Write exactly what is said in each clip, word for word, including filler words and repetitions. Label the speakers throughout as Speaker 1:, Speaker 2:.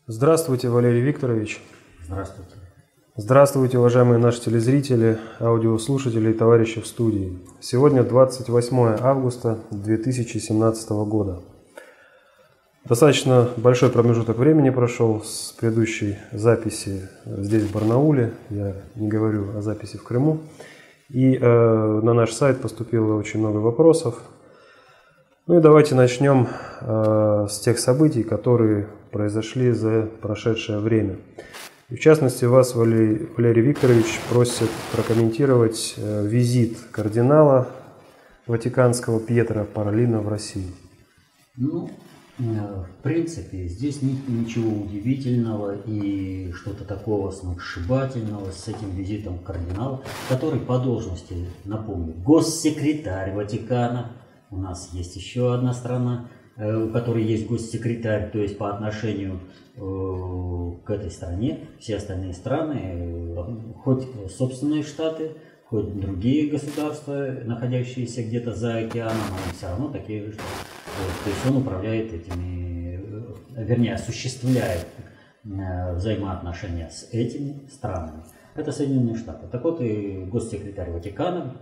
Speaker 1: Здравствуйте, Валерий Викторович.
Speaker 2: Здравствуйте.
Speaker 1: Здравствуйте, уважаемые наши телезрители, аудиослушатели и товарищи в студии. Сегодня двадцать восьмое августа две тысячи семнадцатого года. Достаточно большой промежуток времени прошел с предыдущей записи здесь, в Барнауле. Я не говорю о записи в Крыму. И э, на наш сайт поступило очень много вопросов. Ну и давайте начнем э, с тех событий, которые произошли за прошедшее время. И в частности, вас, Валерий, Валерий Викторович, просит прокомментировать э, визит кардинала Ватиканского Пьетро Паролино в Россию.
Speaker 2: Ну, э, в принципе, здесь нет ничего удивительного и что-то такого сногсшибательного с этим визитом кардинала, который по должности, напомню, госсекретарь Ватикана. У нас есть еще одна страна, у которой есть госсекретарь, то есть по отношению к этой стране все остальные страны, хоть собственные штаты, хоть другие государства, находящиеся где-то за океаном, они все равно такие же штаты. То есть он управляет этими, вернее, осуществляет взаимоотношения с этими странами. Это Соединенные Штаты. Так вот и госсекретарь Ватикана,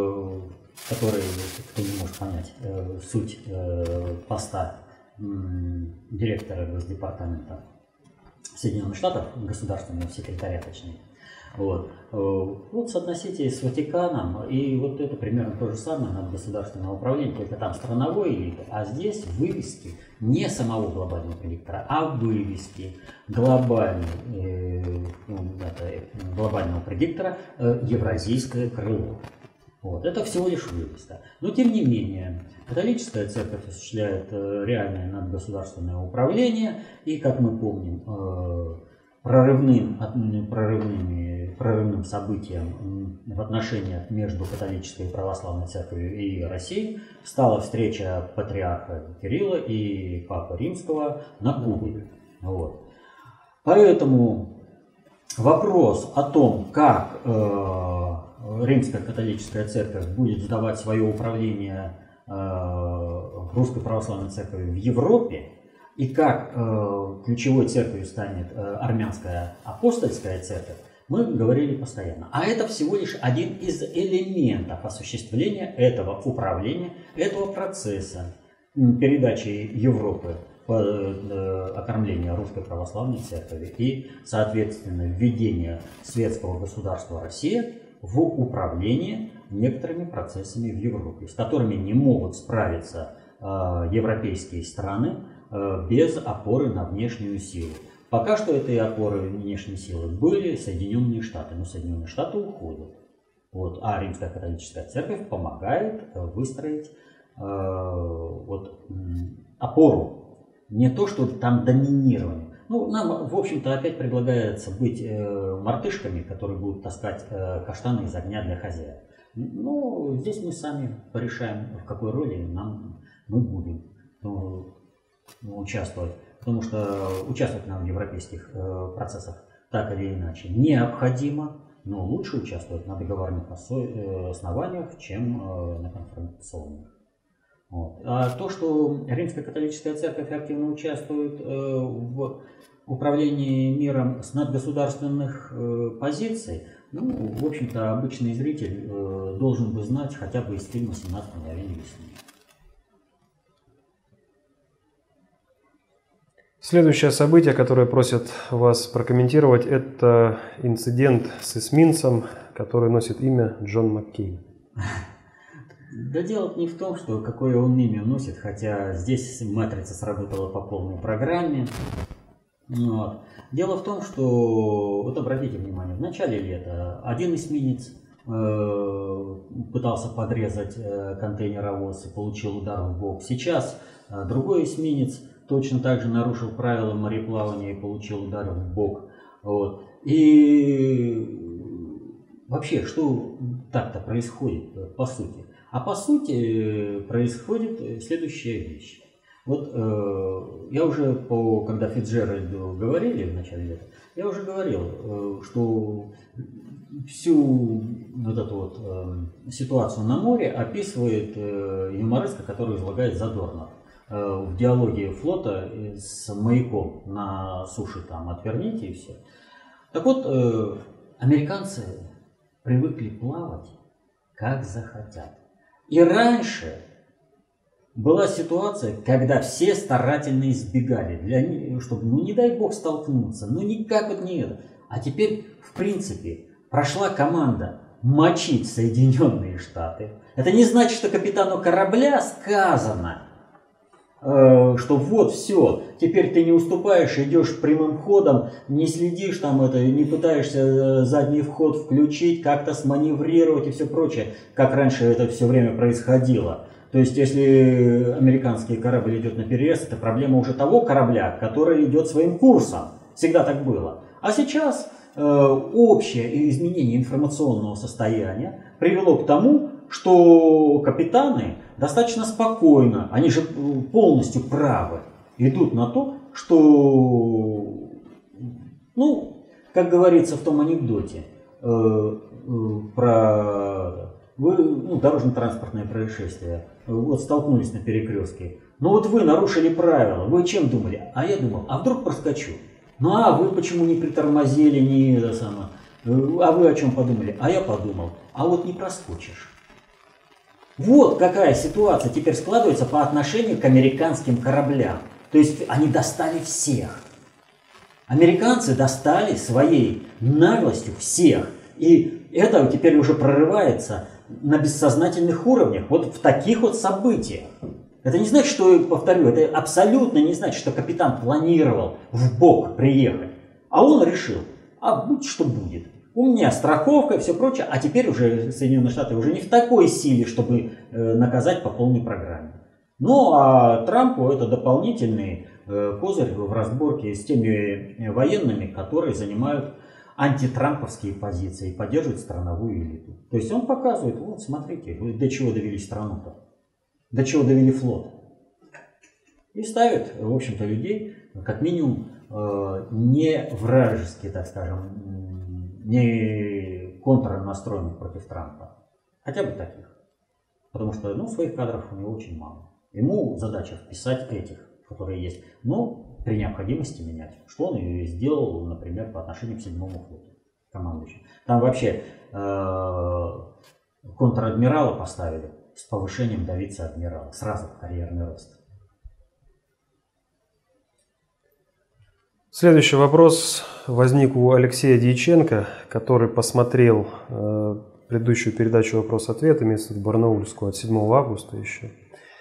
Speaker 2: который, кто не может понять э, суть э, поста э, директора Госдепартамента Соединенных Штатов, государственного секретаря точнее, вот, э, вот соотносите с Ватиканом, и вот это примерно то же самое над государственное управление, только там страновой элиты, а здесь вывески не самого глобального предиктора, а вывески глобальной, э, это, глобального предиктора э, Евразийское крыло. Вот. Это всего лишь вывеска. Но тем не менее, католическая церковь осуществляет э, реальное надгосударственное управление. И, как мы помним, э, прорывным, от, прорывными, прорывным событием в отношениях между католической и православной церковью и Россией стала встреча патриарха Кирилла и папы Римского на Кубе. Вот. Поэтому вопрос о том, как э, Римская католическая церковь будет сдавать свое управление э, Русской православной церковью в Европе, и как э, ключевой церковью станет э, армянская апостольская церковь, мы говорили постоянно. А это всего лишь один из элементов осуществления этого управления, этого процесса передачи Европы по э, окормлению Русской православной церкви и, соответственно, введения светского государства Россия в управление некоторыми процессами в Европе, с которыми не могут справиться э, европейские страны э, без опоры на внешнюю силу. Пока что этой опорой внешней силы были Соединенные Штаты, но Соединенные Штаты уходят. Вот, а Римская католическая церковь помогает э, выстроить э, вот, э, опору. Не то, что там доминирование. Ну, нам, в общем-то, опять предлагается быть э, мартышками, которые будут таскать э, каштаны из огня для хозяев. Ну, здесь мы сами порешаем, в какой роли нам мы будем ну, участвовать. Потому что участвовать нам в европейских э, процессах так или иначе необходимо, но лучше участвовать на договорных основаниях, чем э, на конфронтационных. Вот. А то, что Римская католическая церковь активно участвует э, в управлении миром с надгосударственных э, позиций, ну, в общем-то, обычный зритель э, должен бы знать хотя бы из фильма «семнадцать мгновений весны».
Speaker 1: Следующее событие, которое просят вас прокомментировать, это инцидент с эсминцем, который носит имя Джон Маккейн.
Speaker 2: Да дело не в том, что какое он имя носит, хотя здесь матрица сработала по полной программе. Вот. Дело в том, что, вот обратите внимание, в начале лета один эсминец э, пытался подрезать э, контейнеровоз и получил удар в бок. Сейчас э, другой эсминец точно так же нарушил правила мореплавания и получил удар в бок. Вот. И вообще, что так-то происходит по сути? А по сути происходит следующая вещь. Вот э, я уже, по, когда Фицджеральду говорили в начале лета, я уже говорил, э, что всю вот эту вот э, ситуацию на море описывает э, юмористка, который излагает Задорнов. в диалоге флота с маяком на суше, там отверните и все. Так вот, американцы привыкли плавать как захотят. И раньше была ситуация, когда все старательно избегали, для, чтобы, ну не дай бог, столкнуться, ну никак вот не это. А теперь, в принципе, прошла команда мочить Соединенные Штаты. Это не значит, что капитану корабля сказано, э, что вот все, теперь ты не уступаешь, идешь прямым ходом, не следишь там это, не пытаешься задний вход включить, как-то сманеврировать и все прочее, как раньше это все время происходило. То есть, если американский корабль идет на перерез, это проблема уже того корабля, который идет своим курсом. Всегда так было. А сейчас э, общее изменение информационного состояния привело к тому, что капитаны достаточно спокойно, они же полностью правы, идут на то, что, ну, как говорится в том анекдоте э, э, про вы, ну, дорожно-транспортное происшествие, вот столкнулись на перекрестке. Ну вот вы нарушили правила, вы чем думали? А я думал, а вдруг проскочу? Ну а вы почему не притормозили, не это самое? А вы о чем подумали? А я подумал, а вот не проскочишь. Вот какая ситуация теперь складывается по отношению к американским кораблям. То есть они достали всех. Американцы достали своей наглостью всех. И это теперь уже прорывается на бессознательных уровнях, вот в таких вот событиях. Это не значит, что, повторю, это абсолютно не значит, что капитан планировал в бок приехать. А он решил, а будь что будет. У меня страховка и все прочее, а теперь уже Соединенные Штаты уже не в такой силе, чтобы э, наказать по полной программе. Ну а Трампу это дополнительный э, козырь в разборке с теми военными, которые занимают антитрамповские позиции и поддерживают страновую элиту. То есть он показывает, вот смотрите, вы до чего довели страну-то, до чего довели флот. И ставит, в общем-то, людей, как минимум, э, не вражески, так скажем, не контрнастроенных против Трампа. Хотя бы таких. Потому что, ну, своих кадров у него очень мало. Ему задача вписать этих, которые есть. Но при необходимости менять. Что он и сделал, например, по отношению к седьмому флоту, командующему. Там вообще э, контр-адмирала поставили с повышением до вице-адмирала. Сразу карьерный рост.
Speaker 1: Следующий вопрос возник у Алексея Дьяченко, который посмотрел э, предыдущую передачу «Вопрос-ответ», имеется в виду барнаульскую, от седьмого августа еще.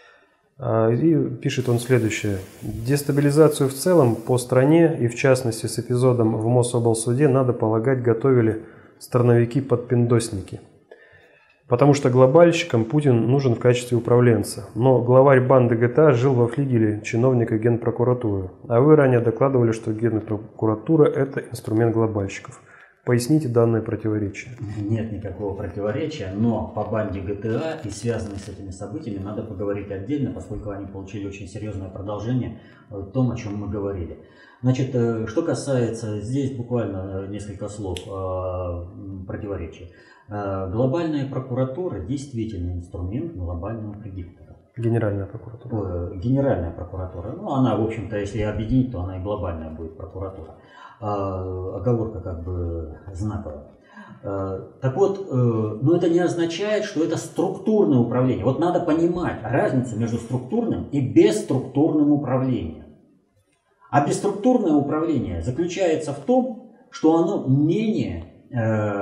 Speaker 1: И пишет он следующее. Дестабилизацию в целом по стране и в частности с эпизодом в Мособлсуде, надо полагать, готовили страновики-подпиндосники. Потому что глобальщикам Путин нужен в качестве управленца. Но главарь банды ГТА жил во флигеле чиновника Генпрокуратуры. А вы ранее докладывали, что Генпрокуратура – это инструмент глобальщиков. Поясните данное противоречие.
Speaker 2: Нет никакого противоречия, но по банде ГТА и связанные с этими событиями надо поговорить отдельно, поскольку они получили очень серьезное продолжение в том, о чем мы говорили. Значит, что касается, здесь буквально несколько слов противоречия. Глобальная прокуратура действительно инструмент глобального предиктора.
Speaker 1: Генеральная прокуратура.
Speaker 2: Генеральная прокуратура. Ну, она, в общем-то, если объединить, то она и глобальная будет прокуратура. Оговорка как бы знаковая. Так вот, но это не означает, что это структурное управление. Вот надо понимать разницу между структурным и бесструктурным управлением. А бесструктурное управление заключается в том, что оно менее э,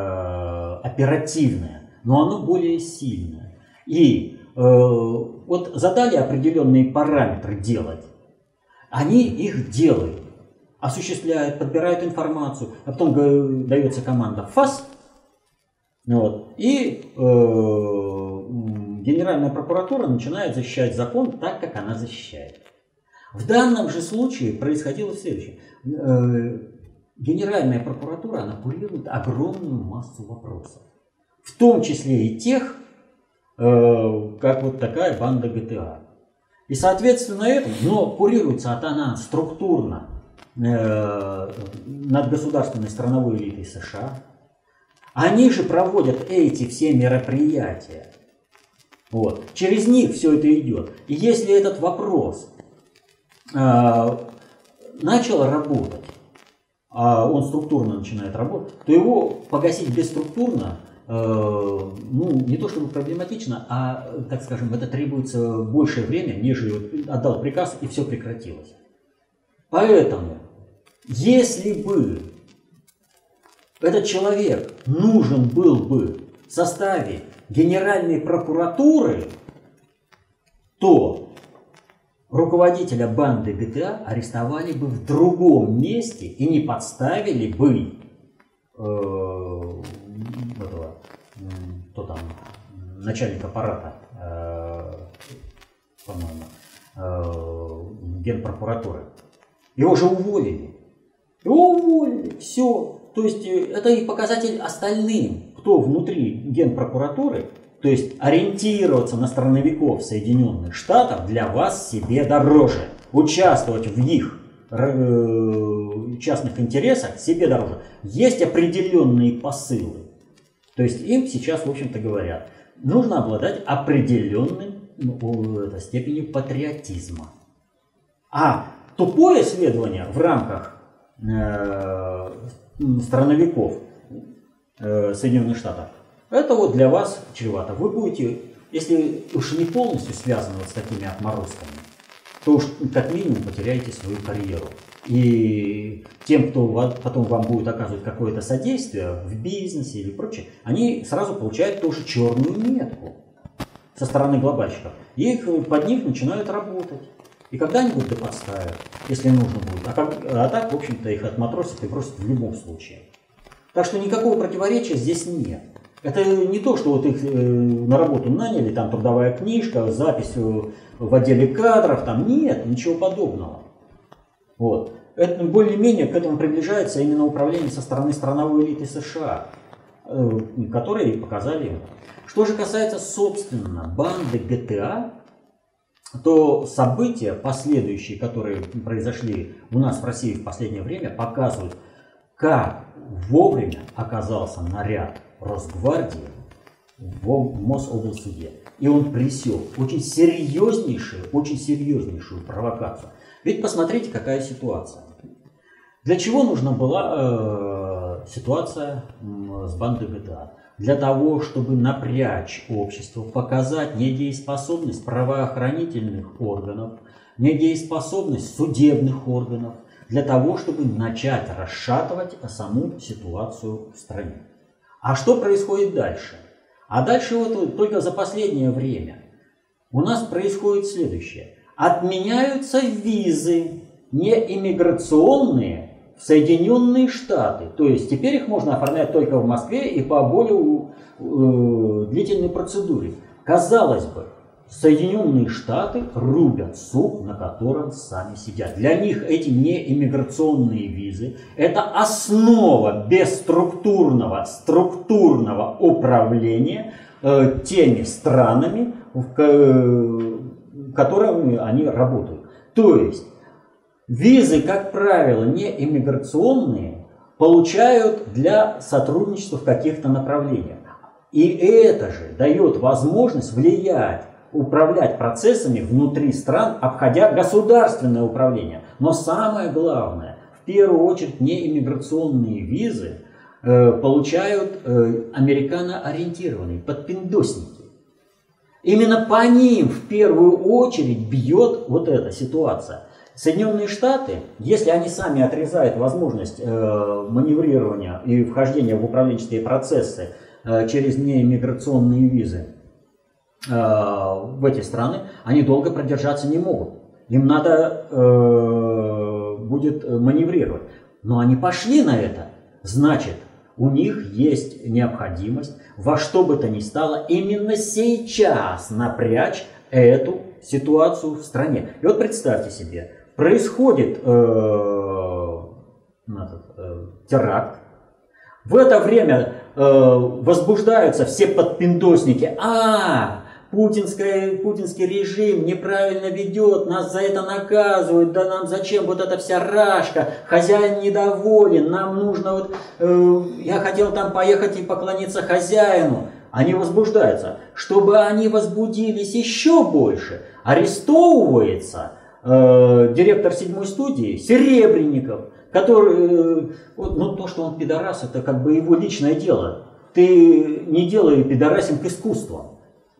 Speaker 2: оперативное, но оно более сильное. И э, вот задали определенные параметры делать, они их делают. Осуществляют, подбирают информацию, а потом дается команда ФАС, вот, и э, Генеральная прокуратура начинает защищать закон так, как она защищает. В данном же случае происходило следующее. Э, Генеральная прокуратура, она курирует огромную массу вопросов, в том числе и тех, э, как вот такая банда ГТА. И соответственно это, но курируется она структурно над государственной страновой элитой США. Они же проводят эти все мероприятия. Вот. Через них все это идет. И если этот вопрос э, начал работать, а он структурно начинает работать, то его погасить бесструктурно, э, ну, не то чтобы проблематично, а, так скажем, это требуется большее время, нежели отдал приказ и все прекратилось. Поэтому, если бы этот человек нужен был бы в составе Генеральной прокуратуры, то руководителя банды гэ тэ а арестовали бы в другом месте и не подставили бы э, этого, кто там, начальника аппарата, э, по-моему, э, Генпрокуратуры. Его же уволили. Его уволили, все. То есть это и показатель остальным, кто внутри Генпрокуратуры. То есть ориентироваться на страновиков Соединенных Штатов для вас себе дороже. Участвовать в их э, частных интересах себе дороже. Есть определенные посылы. То есть им сейчас, в общем-то, говорят, нужно обладать определенным ну, это, степенью патриотизма. А тупое следование в рамках э, страновиков э, Соединенных Штатов, это вот для вас чревато. Вы будете, если уж не полностью связаны вот с такими отморозками, то уж как минимум потеряете свою карьеру. И тем, кто потом вам будет оказывать какое-то содействие в бизнесе или прочее, они сразу получают тоже черную метку со стороны глобальщиков. И их, под них начинают работать. И когда-нибудь да подставят, если нужно будет. А, как, а так, в общем-то, их отматросят и бросят в любом случае. Так что никакого противоречия здесь нет. Это не то, что вот их э, на работу наняли, там трудовая книжка, запись в отделе кадров, там нет, ничего подобного. Вот. Это более-менее к этому приближается именно управление со стороны страновой элиты США, э, которые показали. Что же касается, собственно, банды гэ тэ а, то события последующие, которые произошли у нас в России в последнее время, показывают, как вовремя оказался наряд Росгвардии в Мособлсуде. И он пресек очень серьезнейшую, очень серьезнейшую провокацию. Ведь посмотрите, какая ситуация. Для чего нужна была э, ситуация э, с бандой гэ тэ а? Для того, чтобы напрячь общество, показать недееспособность правоохранительных органов, недееспособность судебных органов, для того, чтобы начать расшатывать саму ситуацию в стране. А что происходит дальше? А дальше вот только за последнее время у нас происходит следующее. Отменяются визы неиммиграционные в Соединенные Штаты. То есть теперь их можно оформлять только в Москве и по более э, длительной процедуре. Казалось бы, Соединенные Штаты рубят суп, на котором сами сидят. Для них эти неиммиграционные визы – это основа бесструктурного, структурного управления э, теми странами, в э, которыми они работают. То есть визы, как правило, неиммиграционные, получают для сотрудничества в каких-то направлениях. И это же дает возможность влиять, управлять процессами внутри стран, обходя государственное управление. Но самое главное, в первую очередь, неиммиграционные визы э, получают э, американо-ориентированные подпиндосники. Именно по ним в первую очередь бьет вот эта ситуация. Соединенные Штаты, если они сами отрезают возможность э, маневрирования и вхождения в управленческие процессы э, через неиммиграционные визы, в эти страны, они долго продержаться не могут. Им надо э, будет маневрировать. Но они пошли на это. Значит, у них есть необходимость во что бы то ни стало именно сейчас напрячь эту ситуацию в стране. И вот представьте себе, происходит э, этот, э, теракт. В это время э, возбуждаются все подпиндосники. А, Путинский, путинский режим неправильно ведет, нас за это наказывают, да нам зачем вот эта вся рашка, хозяин недоволен, нам нужно вот, э, я хотел там поехать и поклониться хозяину. Они возбуждаются. Чтобы они возбудились еще больше, арестовывается э, директор седьмой студии, Серебренников, который, э, вот, ну то, что он пидорас, это как бы его личное дело. Ты не делай пидорасинг искусством.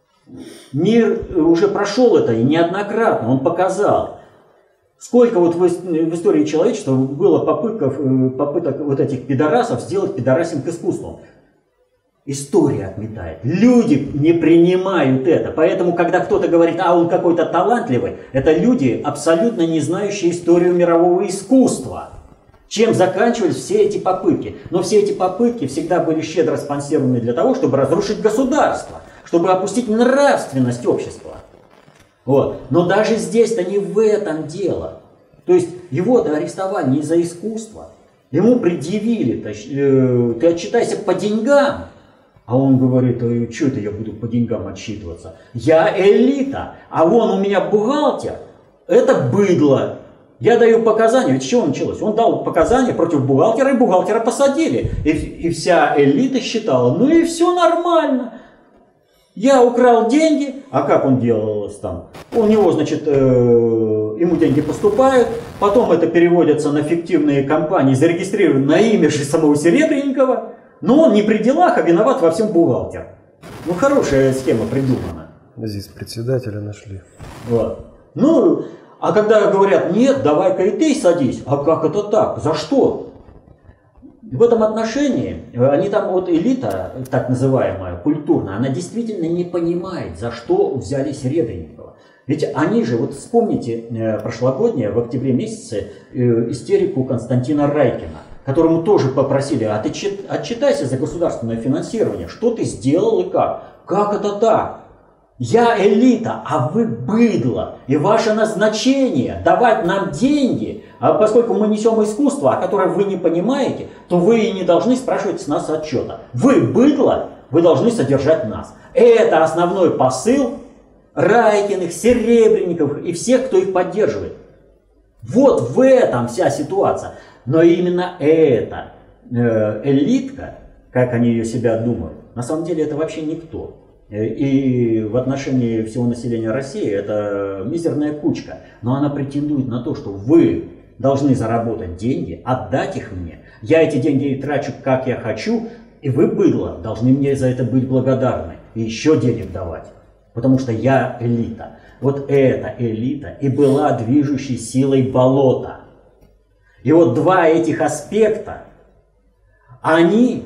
Speaker 2: Мир уже прошел это и неоднократно, он показал. Сколько вот в истории человечества было попытков, попыток вот этих пидорасов сделать пидорасинг искусством. История отметает. Люди не принимают это. Поэтому, когда кто-то говорит, а он какой-то талантливый, это люди, абсолютно не знающие историю мирового искусства. Чем заканчивались все эти попытки. Но все эти попытки всегда были щедро спонсированы для того, чтобы разрушить государство, чтобы опустить нравственность общества. Вот. Но даже здесь-то не в этом дело. То есть его-то арестовали не за искусство. Ему предъявили, э, ты отчитайся по деньгам. А он говорит, э, что это я буду по деньгам отчитываться? Я элита, а вон у меня бухгалтер, это быдло. Я даю показания, ведь с чего началось? Он дал показания против бухгалтера, и бухгалтера посадили. И, и вся элита считала, ну и все нормально. Я украл деньги, а как он делалось там? У него, значит, э, ему деньги поступают, потом это переводится на фиктивные компании, зарегистрированы на имя же самого Серебренникова, но он не при делах, а виноват во всем бухгалтер. Ну, хорошая схема придумана.
Speaker 1: Здесь председателя нашли.
Speaker 2: Вот. Ну, а когда говорят, нет, давай-ка и ты садись, а как это так? За что? В этом отношении, они там, вот элита, так называемая, культурная, она действительно не понимает, за что взяли Серебренникова. Ведь они же, вот вспомните прошлогоднее, в октябре месяце, истерику Константина Райкина, которому тоже попросили, а ты отчитайся за государственное финансирование, что ты сделал и как? Как это так? Я элита, а вы быдло. И ваше назначение давать нам деньги, а поскольку мы несем искусство, о котором вы не понимаете, то вы и не должны спрашивать с нас отчета. Вы быдло, вы должны содержать нас. Это основной посыл Райкиных, Серебренников и всех, кто их поддерживает. Вот в этом вся ситуация. Но именно эта э, элитка, как они ее себя думают, на самом деле это вообще никто. И в отношении всего населения России это мизерная кучка. Но она претендует на то, что вы должны заработать деньги, отдать их мне. Я эти деньги трачу как я хочу, и вы, быдло, должны мне за это быть благодарны. И еще денег давать. Потому что я элита. Вот эта элита и была движущей силой болота. И вот два этих аспекта, они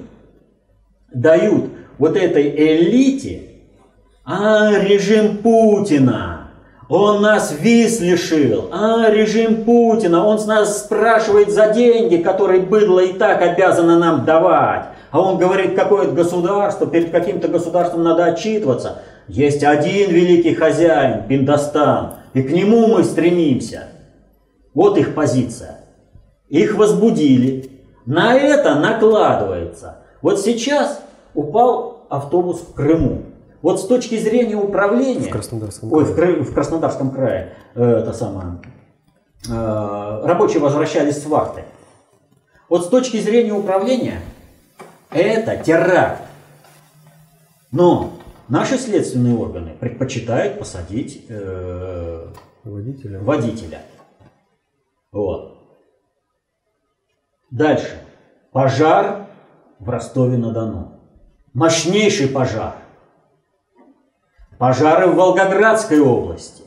Speaker 2: дают вот этой элите, а режим Путина, он нас виз лишил, а режим Путина, он с нас спрашивает за деньги, которые быдло и так обязано нам давать. А он говорит, какое-то государство, перед каким-то государством надо отчитываться. Есть один великий хозяин, Пиндостан, и к нему мы стремимся. Вот их позиция. Их возбудили. На это накладывается. Вот сейчас упал автобус в Крыму. Вот с точки зрения управления...
Speaker 1: В Краснодарском
Speaker 2: ой,
Speaker 1: крае.
Speaker 2: В, в Краснодарском крае. Э, это самое, э, рабочие возвращались с вахты. Вот с точки зрения управления это теракт. Но наши следственные органы предпочитают посадить э,
Speaker 1: водителя.
Speaker 2: водителя. Вот. Дальше. Пожар в Ростове-на-Дону. Мощнейший пожар. Пожары в Волгоградской области.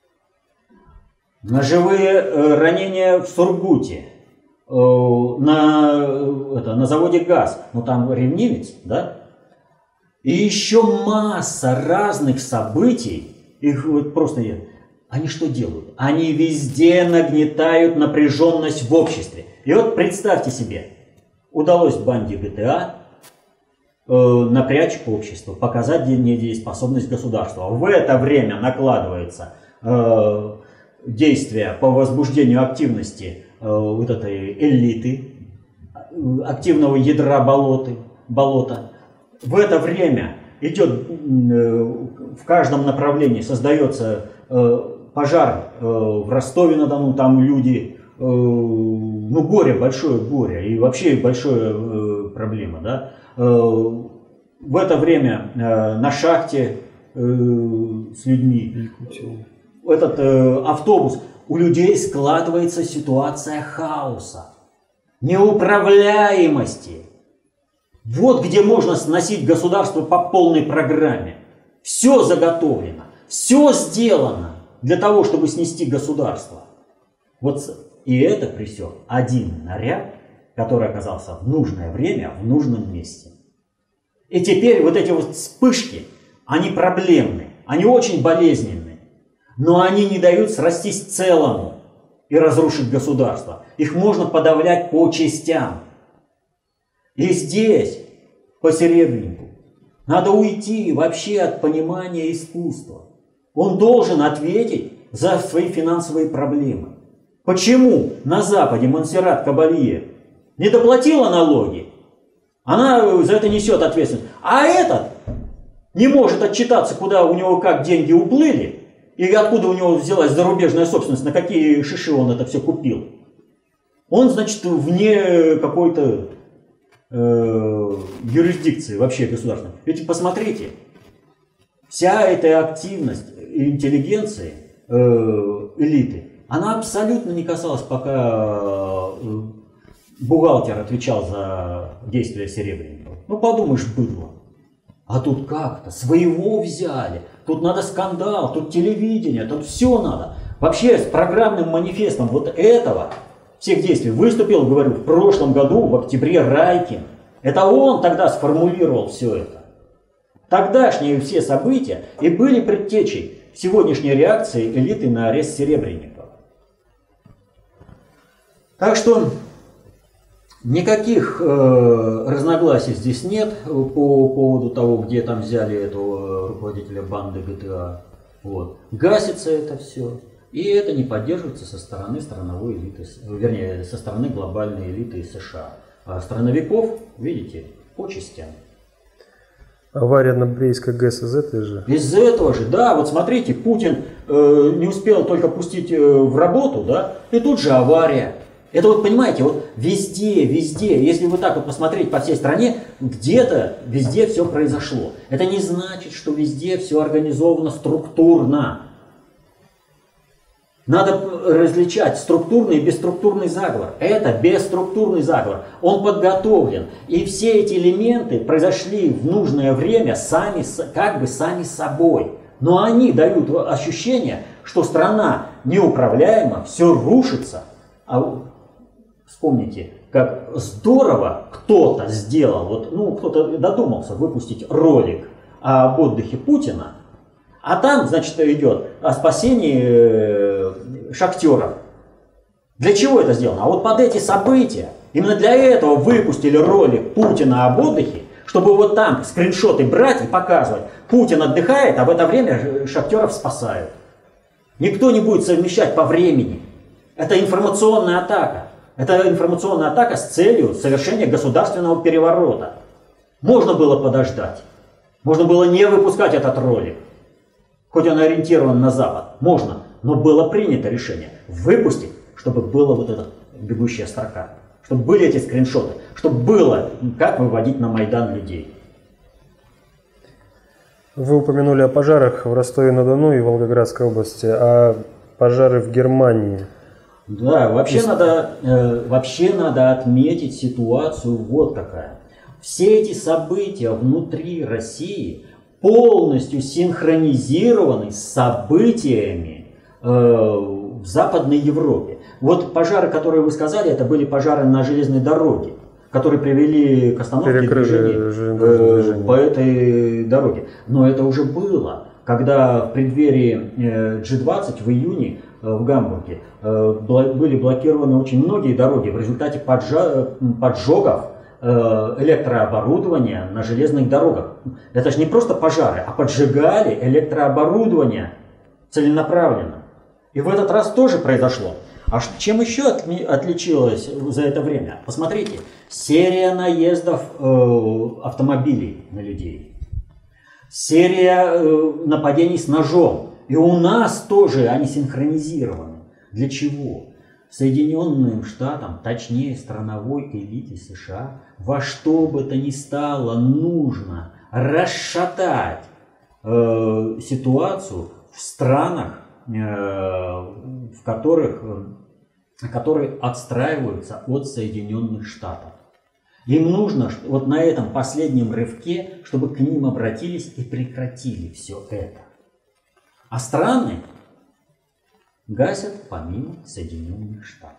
Speaker 2: Ножевые э, ранения в Сургуте. Э, на, это, на заводе ГАЗ. Ну там Ревнивец, да? И еще масса разных событий. Их вот просто нет. Они что делают? Они везде нагнетают напряженность в обществе. И вот представьте себе, удалось банде ГТА э, напрячь общество, показать недееспособность государства. В это время накладывается э, действие по возбуждению активности э, вот этой элиты, активного ядра болоты, болота. В это время идет э, в каждом направлении создается э, пожар э, в Ростове-на-Дону, там люди, э, ну горе, большое горе, и вообще большая э, проблема, да. Э, в это время э, на шахте э, с людьми этот э, автобус, у людей складывается ситуация хаоса, неуправляемости. Вот где можно сносить государство по полной программе. Все заготовлено, все сделано для того, чтобы снести государство. Вот и это при всем один наряд, который оказался в нужное время, в нужном месте. И теперь вот эти вот вспышки, они проблемны, они очень болезненны, но они не дают срастись целому и разрушить государство. Их можно подавлять по частям. И здесь, по Серебреннику, надо уйти вообще от понимания искусства. Он должен ответить за свои финансовые проблемы. Почему на Западе Монсеррат Кабалье не доплатила налоги? Она за это несет ответственность. А этот не может отчитаться, куда у него как деньги уплыли, и откуда у него взялась зарубежная собственность, на какие шиши он это все купил. Он, значит, вне какой-то э, юрисдикции вообще государственной. Ведь посмотрите, вся эта активность интеллигенции, э, элиты, она абсолютно не касалась, пока э, бухгалтер отвечал за действия Серебренникова. Ну, подумаешь, быдло. А тут как-то своего взяли. Тут надо скандал, тут телевидение, тут все надо. Вообще с программным манифестом вот этого, всех действий, выступил, говорю, в прошлом году, в октябре, Райкин. Это он тогда сформулировал все это. Тогдашние все события и были предтечей сегодняшней реакции элиты на арест Серебренникова. Так что никаких э, разногласий здесь нет по поводу того, где там взяли этого руководителя банды ГТА. Вот. Гасится это все. И это не поддерживается со стороны страновой элиты, вернее, со стороны глобальной элиты США. А страновиков, видите, по частям.
Speaker 1: Авария на Брейской ГЭС из этой же?
Speaker 2: Из этого же, да. Вот смотрите, Путин э, не успел только пустить э, в работу, да, и тут же авария. Это вот, понимаете, вот везде, везде, если вот так вот посмотреть по всей стране, где-то везде все произошло. Это не значит, что везде все организовано структурно. Надо различать структурный и бесструктурный заговор. Это бесструктурный заговор. Он подготовлен. И все эти элементы произошли в нужное время сами, как бы сами собой. Но они дают ощущение, что страна неуправляема, все рушится. А вспомните, как здорово кто-то сделал, вот, ну, кто-то додумался выпустить ролик об отдыхе Путина, а там, значит, идет о спасении шахтеров. Для чего это сделано? А вот под эти события, именно для этого выпустили ролик Путина об отдыхе, чтобы вот там скриншоты брать и показывать. Путин отдыхает, а в это время шахтеров спасают. Никто не будет совмещать по времени. Это информационная атака. Это информационная атака с целью совершения государственного переворота. Можно было подождать. Можно было не выпускать этот ролик. Хоть он ориентирован на Запад. Можно. Но было принято решение выпустить, чтобы была вот эта бегущая строка. Чтобы были эти скриншоты. Чтобы было, как выводить на Майдан людей.
Speaker 1: Вы упомянули о пожарах в Ростове-на-Дону и Волгоградской области. А пожары в Германии?
Speaker 2: Да, вообще надо, э, вообще надо отметить ситуацию вот какая. Все эти события внутри России полностью синхронизированы с событиями э, в Западной Европе. Вот пожары, которые вы сказали, это были пожары на железной дороге, которые привели к остановке движения э, по этой дороге. Но это уже было, когда в преддверии э, джи двадцать в июне э, в Гамбурге э, были блокированы очень многие дороги в результате поджа поджогов электрооборудования на железных дорогах. Это же не просто пожары, а поджигали электрооборудование целенаправленно. И в этот раз тоже произошло. А чем еще отличилось за это время? Посмотрите, серия наездов э, автомобилей на людей. Серия э, нападений с ножом. И у нас тоже они синхронизированы. Для чего? Соединенным Штатам, точнее страновой элите США, во что бы то ни стало нужно расшатать э, ситуацию в странах в которых, которые отстраиваются от Соединенных Штатов. Им нужно вот на этом последнем рывке, чтобы к ним обратились и прекратили все это. А страны гасят помимо Соединенных Штатов.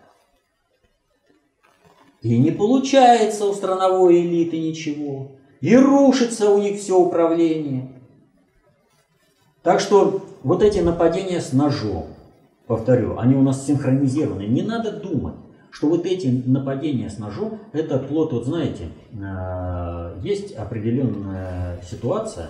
Speaker 2: И не получается у страновой элиты ничего. И рушится у них все управление. Так что вот эти нападения с ножом, повторю, они у нас синхронизированы. Не надо думать, что вот эти нападения с ножом, это плод, вот знаете, есть определенная ситуация,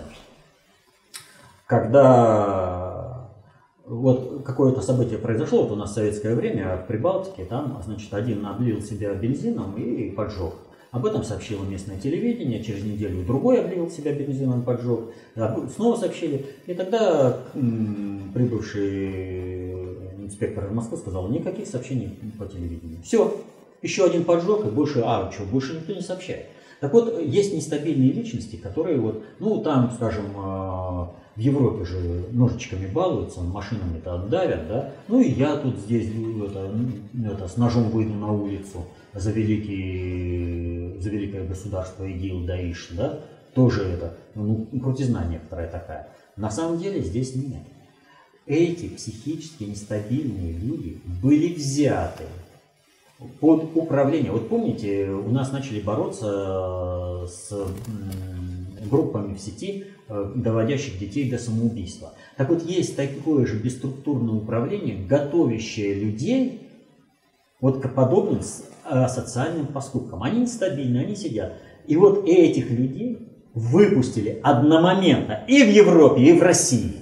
Speaker 2: когда вот какое-то событие произошло, вот у нас в советское время в Прибалтике, там, значит, один облил себя бензином и поджег. Об этом сообщило местное телевидение, через неделю другой облил себя бензином, поджег, снова сообщили. И тогда м, прибывший инспектор из Москвы сказал, никаких сообщений по телевидению. Все, еще один поджог, и больше, а, что, больше никто не сообщает. Так вот, есть нестабильные личности, которые вот, ну, там, скажем, в Европе же ножичками балуются, машинами-то отдавят, да, ну и я тут здесь это, это, с ножом выйду на улицу за, великий, за великое государство ИГИЛ, Даиш, да, тоже это, ну, крутизна некоторая такая. На самом деле здесь нет. Эти психически нестабильные люди были взяты под управление. Вот помните, у нас начали бороться с группами в сети, доводящих детей до самоубийства. Так вот, есть такое же бесструктурное управление, готовящее людей вот к подобным социальным поступкам. Они нестабильны, они сидят. И вот этих людей выпустили одномоментно и в Европе, и в России.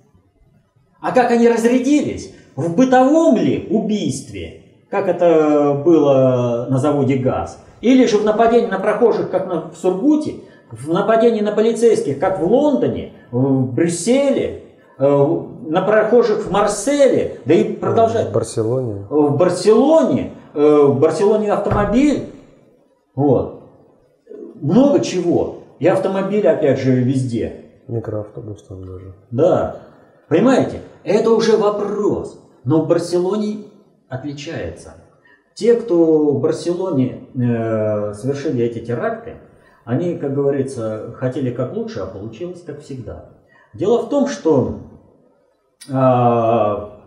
Speaker 2: А как они разрядились? В бытовом ли убийстве, как это было на заводе ГАЗ, или же в нападении на прохожих, как на, в Сургуте, в нападении на полицейских, как в Лондоне, в Брюсселе, на прохожих в Марселе, да и продолжать.
Speaker 1: В Барселоне.
Speaker 2: В Барселоне, в Барселоне автомобиль, вот. Много чего. И автомобили, опять же, везде.
Speaker 1: Микроавтобус там даже.
Speaker 2: Да. Понимаете, это уже вопрос. Но в Барселоне отличается. Те, кто в Барселоне э, совершили эти теракты, они, как говорится, хотели как лучше, а получилось как всегда. Дело в том, что э,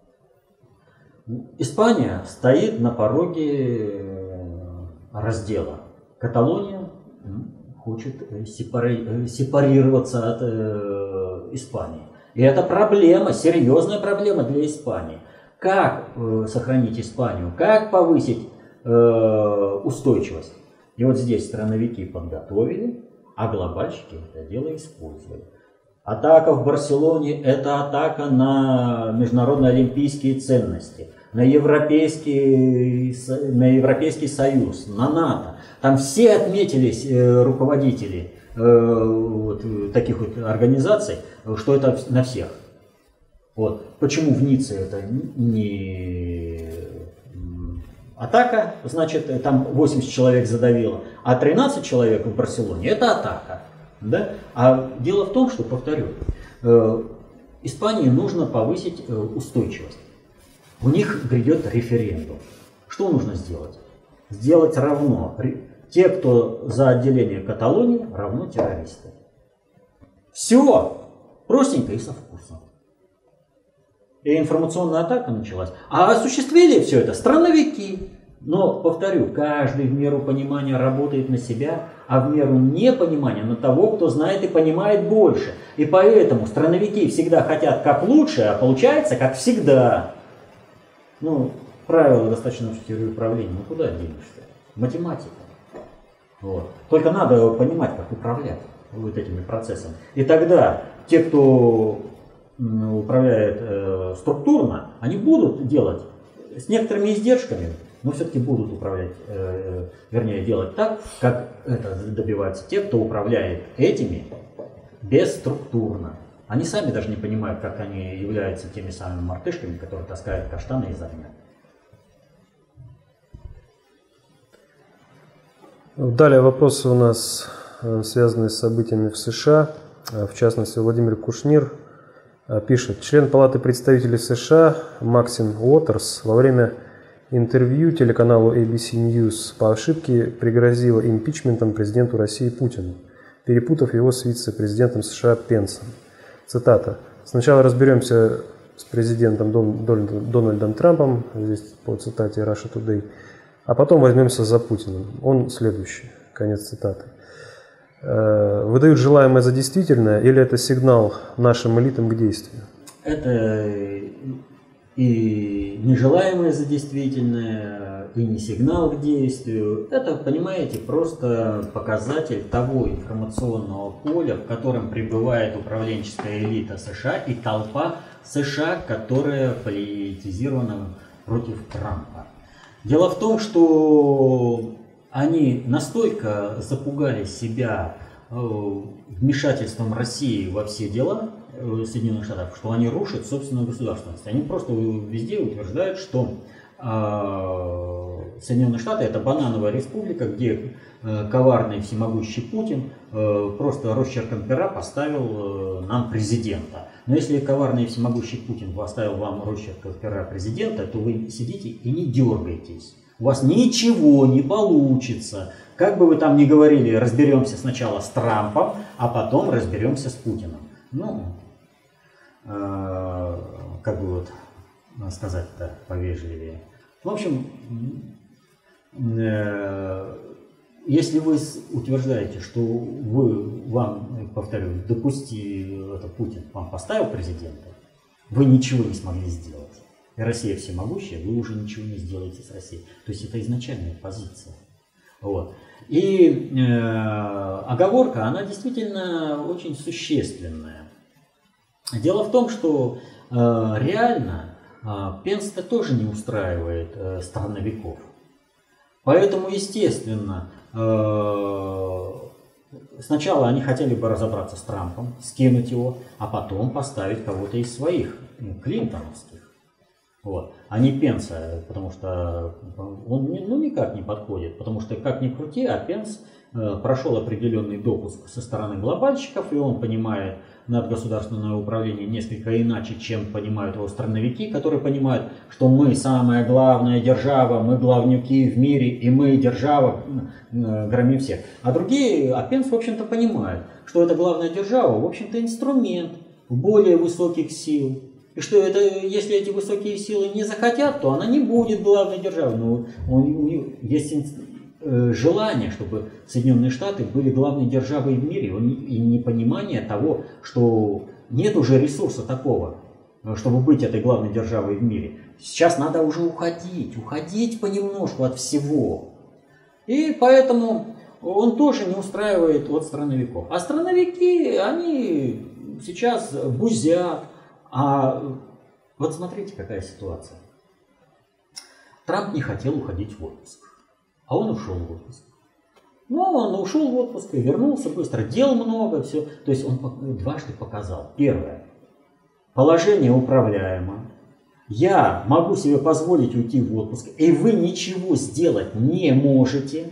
Speaker 2: Испания стоит на пороге раздела. Каталония хочет сепари... сепарироваться от э, Испании. И это проблема, серьезная проблема для Испании. Как э, сохранить Испанию, как повысить э, устойчивость. И вот здесь страновики подготовили, а глобальщики это дело использовали. Атака в Барселоне – это атака на международные олимпийские ценности, на Европейский, на Европейский Союз, на НАТО. Там все отметились э, руководители э, вот, таких вот организаций, что это на всех. Вот. Почему в Ницце это не атака, значит, там восемьдесят человек задавило, а тринадцать человек в Барселоне – это атака. Да? А дело в том, что, повторю, э, Испании нужно повысить э, устойчивость. У них грядет референдум. Что нужно сделать? Сделать равно. Те, кто за отделение Каталонии, равно террористы. Все. Простенько и со вкусом. И информационная атака началась. А осуществили все это страновики. Но, повторю, каждый в меру понимания работает на себя, а в меру непонимания на того, кто знает и понимает больше. И поэтому страновики всегда хотят как лучше, а получается как всегда. Ну, правила достаточно общей теории управления. Ну, куда денешься? Математика. Вот. Только надо понимать, как управлять вот этими процессами. И тогда те, кто управляет э, структурно, они будут делать с некоторыми издержками, но все-таки будут управлять, э, вернее, делать так, как это добиваются те, кто управляет этими бесструктурно. Они сами даже не понимают, как они являются теми самыми мартышками, которые таскают каштаны из огня.
Speaker 1: Далее вопросы у нас связаны с событиями в США. В частности, Владимир Кушнир Пишет, член Палаты представителей США Максим Уотерс во время интервью телеканалу эй би си News по ошибке пригрозила импичментом президенту России Путину, перепутав его с вице-президентом США Пенсом. Цитата. «Сначала разберемся с президентом Дональдом Трампом», здесь по цитате Russia Today, «а потом возьмемся за Путиным. Он следующий». Конец цитаты. Выдают желаемое за действительное или это сигнал нашим элитам к действию?
Speaker 2: Это и нежелаемое за действительное, и не сигнал к действию. Это, понимаете, просто показатель того информационного поля, в котором пребывает управленческая элита США и толпа США, которая политизирована против Трампа. Дело в том, что они настолько запугали себя вмешательством России во все дела Соединенных Штатов, что они рушат собственную государственность. Они просто везде утверждают, что Соединенные Штаты — это банановая республика, где коварный всемогущий Путин просто росчерком пера поставил нам президента. Но если коварный всемогущий Путин поставил вам росчерком пера президента, то вы сидите и не дергаетесь. У вас ничего не получится. Как бы вы там ни говорили, разберемся сначала с Трампом, а потом разберемся с Путиным. Ну, э, как бы вот сказать-то повежливее. В общем, э, если вы утверждаете, что вы, вам, повторю, допусти, это Путин вам поставил президента, вы ничего не смогли сделать. И Россия всемогущая, вы уже ничего не сделаете с Россией. То есть это изначальная позиция. Вот. И э, оговорка, она действительно очень существенная. Дело в том, что э, реально э, Пенс-то тоже не устраивает э, страновиков. Поэтому, естественно, э, сначала они хотели бы разобраться с Трампом, скинуть его, а потом поставить кого-то из своих, клинтоновских. Вот. А не Пенса, потому что он ну, никак не подходит, потому что как ни крути, а Пенс э, прошел определенный допуск со стороны глобальщиков, и он понимает надгосударственное управление несколько иначе, чем понимают его страновики, которые понимают, что мы самая главная держава, мы главнюки в мире, и мы держава, э, громим всех. А другие, а Пенс, в общем-то, понимает, что эта главная держава, в общем-то, инструмент более высоких сил. И что это, если эти высокие силы не захотят, то она не будет главной державой. Но у нее есть желание, чтобы Соединенные Штаты были главной державой в мире. И непонимание того, что нет уже ресурса такого, чтобы быть этой главной державой в мире. Сейчас надо уже уходить, уходить понемножку от всего. И поэтому он тоже не устраивает от страновиков. А страновики, они сейчас бузят. А вот смотрите, какая ситуация. Трамп не хотел уходить в отпуск, а он ушел в отпуск. Ну, он ушел в отпуск и вернулся быстро, дел много, все. То есть он дважды показал. Первое. Положение управляемо. Я могу себе позволить уйти в отпуск, и вы ничего сделать не можете.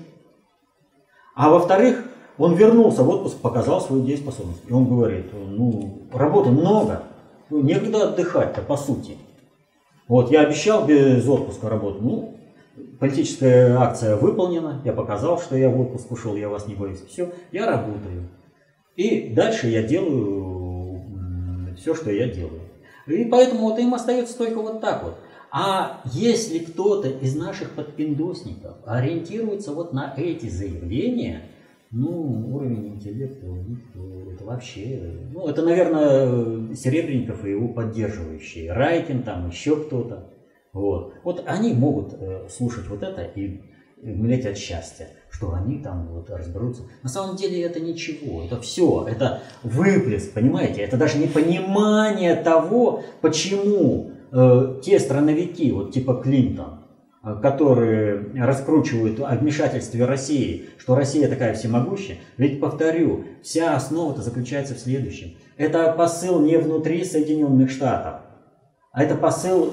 Speaker 2: А во-вторых, он вернулся в отпуск, показал свою дееспособность. И он говорит, ну, работы много. Некогда отдыхать-то, по сути. Вот, я обещал без отпуска работать. Ну, политическая акция выполнена. Я показал, что я в отпуск ушел, я вас не боюсь. Все, я работаю. И дальше я делаю все, что я делаю. И поэтому вот им остается только вот так вот. А если кто-то из наших подпиндосников ориентируется вот на эти заявления, ну, уровень интеллекта у них это вообще... Ну, это, наверное, Серебренников и его поддерживающие. Райкин, там еще кто-то. Вот. Вот они могут э, слушать вот это и млеть от счастья, что они там вот разберутся. На самом деле это ничего. Это все. Это выплеск, понимаете? Это даже не понимание того, почему э, те страновики, вот типа Клинтон, которые раскручивают о вмешательстве России, что Россия такая всемогущая. Ведь, повторю, вся основа-то заключается в следующем. Это посыл не внутри Соединенных Штатов, а это посыл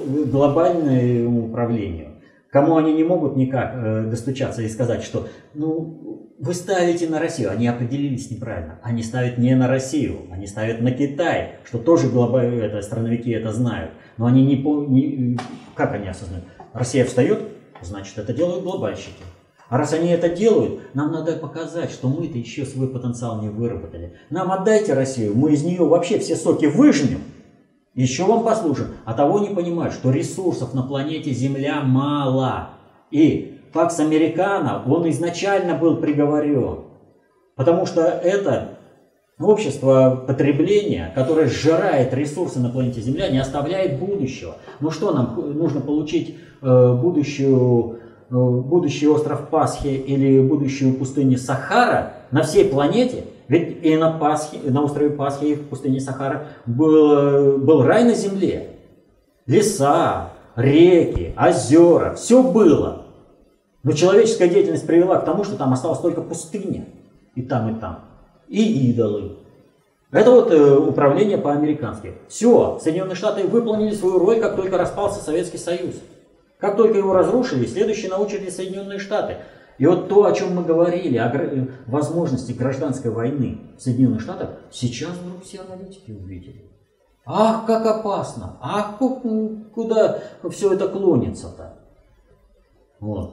Speaker 2: глобальному управлению. Кому они не могут никак достучаться и сказать, что ну, вы ставите на Россию, они определились неправильно. Они ставят не на Россию, они ставят на Китай, что тоже глобально, это, страновики это знают. Но они не, не... Как они осознают? Россия встает, значит, это делают глобальщики. А раз они это делают, нам надо показать, что мы-то еще свой потенциал не выработали. Нам отдайте Россию, мы из нее вообще все соки выжмем, еще вам послужим. А того не понимают, что ресурсов на планете Земля мало. И Пакс Американо, он изначально был приговорен. Потому что это общество потребления, которое сжирает ресурсы на планете Земля, не оставляет будущего. Ну что, нам нужно получить э, будущую... будущий остров Пасхи или будущую пустыню Сахара на всей планете, ведь и на, Пасхе, на острове Пасхи и в пустыне Сахара был, был рай на земле. Леса, реки, озера, все было. Но человеческая деятельность привела к тому, что там осталась только пустыня. И там, и там. И идолы. Это вот э, управление по-американски. Все, Соединенные Штаты выполнили свою роль, как только распался Советский Союз. Как только его разрушили, следующие на очереди Соединенные Штаты. И вот то, о чем мы говорили, о возможности гражданской войны в Соединенных Штатах, сейчас вдруг все аналитики увидели. Ах, как опасно! Ах, куда все это клонится-то? Вот.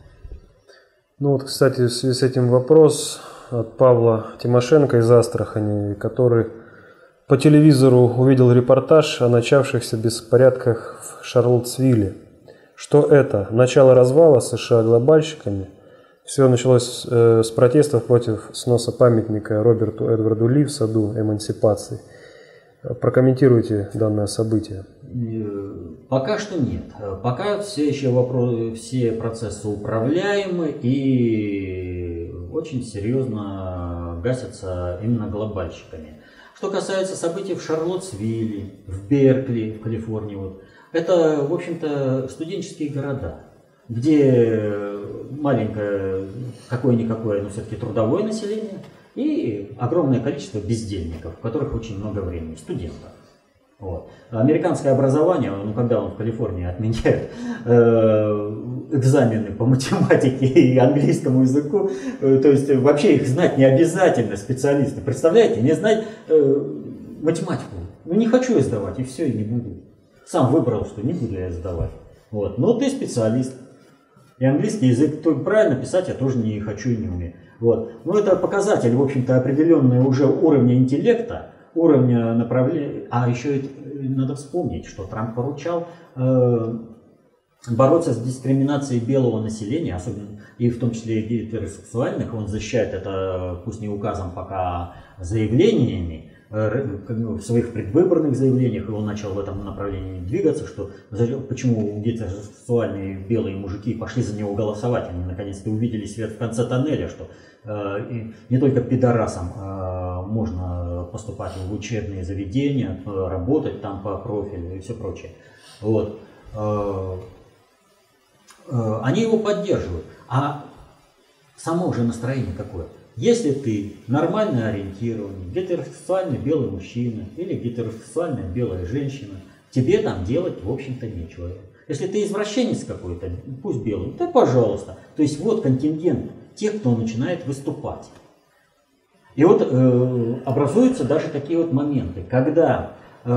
Speaker 1: Ну вот, кстати, в связи с этим вопрос от Павла Тимошенко из Астрахани, который по телевизору увидел репортаж о начавшихся беспорядках в Шарлоттсвилле. Что это? Начало развала США глобальщиками. Все началось э, с протестов против сноса памятника Роберту Эдварду Ли в саду эмансипации. Прокомментируйте данное событие.
Speaker 2: Пока что нет. Пока все еще вопросы, все процессы управляемы и очень серьезно гасятся именно глобальщиками. Что касается событий в Шарлоттсвилле, в Беркли, в Калифорнии, вот, это, в общем-то, студенческие города, где маленькое, какое-никакое, но все-таки трудовое население и огромное количество бездельников, у которых очень много времени, студентов. Вот. Американское образование, ну, когда он в Калифорнии отменяет э, экзамены по математике и английскому языку, э, то есть вообще их знать не обязательно специалисты. Представляете, не знать э, математику. Ну, не хочу я сдавать, и все, и не буду. Сам выбрал, что не буду я сдавать. Вот. Но ты специалист. И английский язык то правильно писать я тоже не хочу и не умею. Вот. Но это показатель, в общем-то, определенного уже уровня интеллекта, уровня направления. А еще это, надо вспомнить, что Трамп поручал э, бороться с дискриминацией белого населения, особенно и в том числе и гетеросексуальных. Он защищает это, пусть не указом, пока заявлениями. В своих предвыборных заявлениях он начал в этом направлении двигаться, что почему гетеросексуальные белые мужики пошли за него голосовать, они наконец-то увидели свет в конце тоннеля, что э, не только пидорасам э, можно поступать в учебные заведения, работать там по профилю и все прочее. Вот. Э, э, они его поддерживают. А само же настроение какое? Если ты нормально ориентированный, гетеросексуальный белый мужчина или гетеросексуальная белая женщина, тебе там делать, в общем-то, нечего. Если ты извращенец какой-то, пусть белый, то пожалуйста. То есть вот контингент тех, кто начинает выступать. И вот э, образуются даже такие вот моменты, когда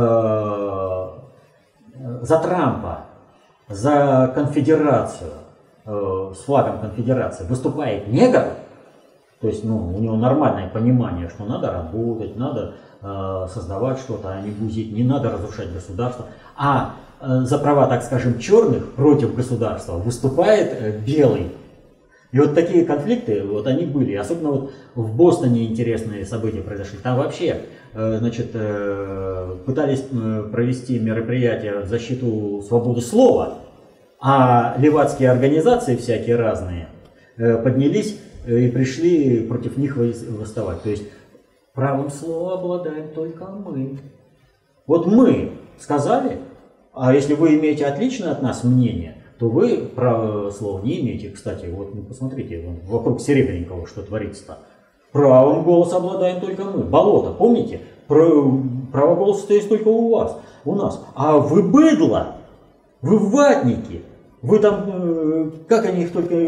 Speaker 2: э, за Трампа, за конфедерацию, э, с флагом конфедерации выступает негр. То есть, ну, у него нормальное понимание, что надо работать, надо э, создавать что-то, а не бузить, не надо разрушать государство. А э, за права, так скажем, черных против государства выступает э, белый. И вот такие конфликты, вот они были. Особенно вот в Бостоне интересные события произошли. Там вообще, э, значит, э, пытались э, провести мероприятие в защиту свободы слова, а левацкие организации всякие разные э, поднялись и пришли против них восставать. То есть правом слова обладаем только мы. Вот мы сказали, а если вы имеете отличное от нас мнение, то вы право слова не имеете. Кстати, вот ну, посмотрите, вон, вокруг Серебренникова что творится-то. Правом голоса обладаем только мы. Болото, помните? Право голоса есть только у вас, у нас. А вы быдло, вы ватники. Вы там, как они их только,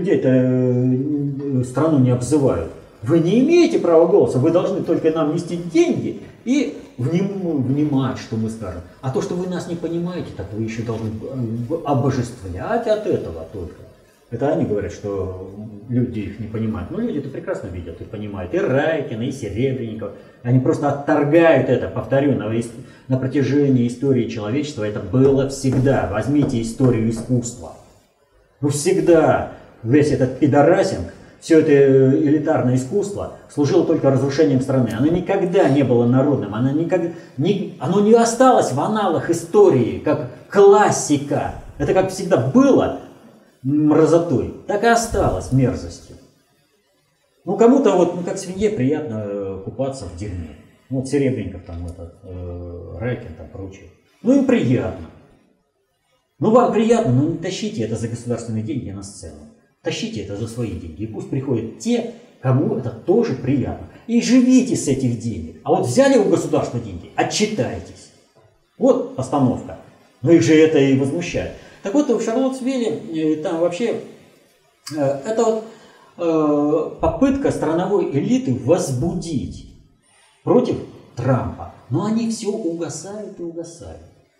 Speaker 2: людей-то, страну не обзывают. Вы не имеете права голоса, вы должны только нам нести деньги и вним, внимать, что мы скажем. А то, что вы нас не понимаете, так вы еще должны обожествлять от этого только. Это они говорят, что люди их не понимают. Но люди это прекрасно видят и понимают. И Райкина, и Серебренников. Они просто отторгают это, повторю, на, на протяжении истории человечества это было всегда. Возьмите историю искусства. Ну всегда весь этот пидорасинг, все это элитарное искусство служило только разрушением страны. Оно никогда не было народным, оно, никогда, не, оно не осталось в аналах истории, как классика. Это как всегда было мразотой, так и осталось мерзостью. Ну кому-то вот, ну как свинье приятно купаться в дерьме. Вот Серебренников там, этот, э, Райкин там, прочее. Ну им приятно. Ну вам приятно, но не тащите это за государственные деньги на сцену. Тащите это за свои деньги. И пусть приходят те, кому это тоже приятно. И живите с этих денег. А вот взяли у государства деньги, отчитайтесь. Вот постановка. Но их же это и возмущает. Так вот, в Шарлоттсвилле там вообще это вот э, попытка страновой элиты возбудить против Трампа. Но они все угасают и угасают.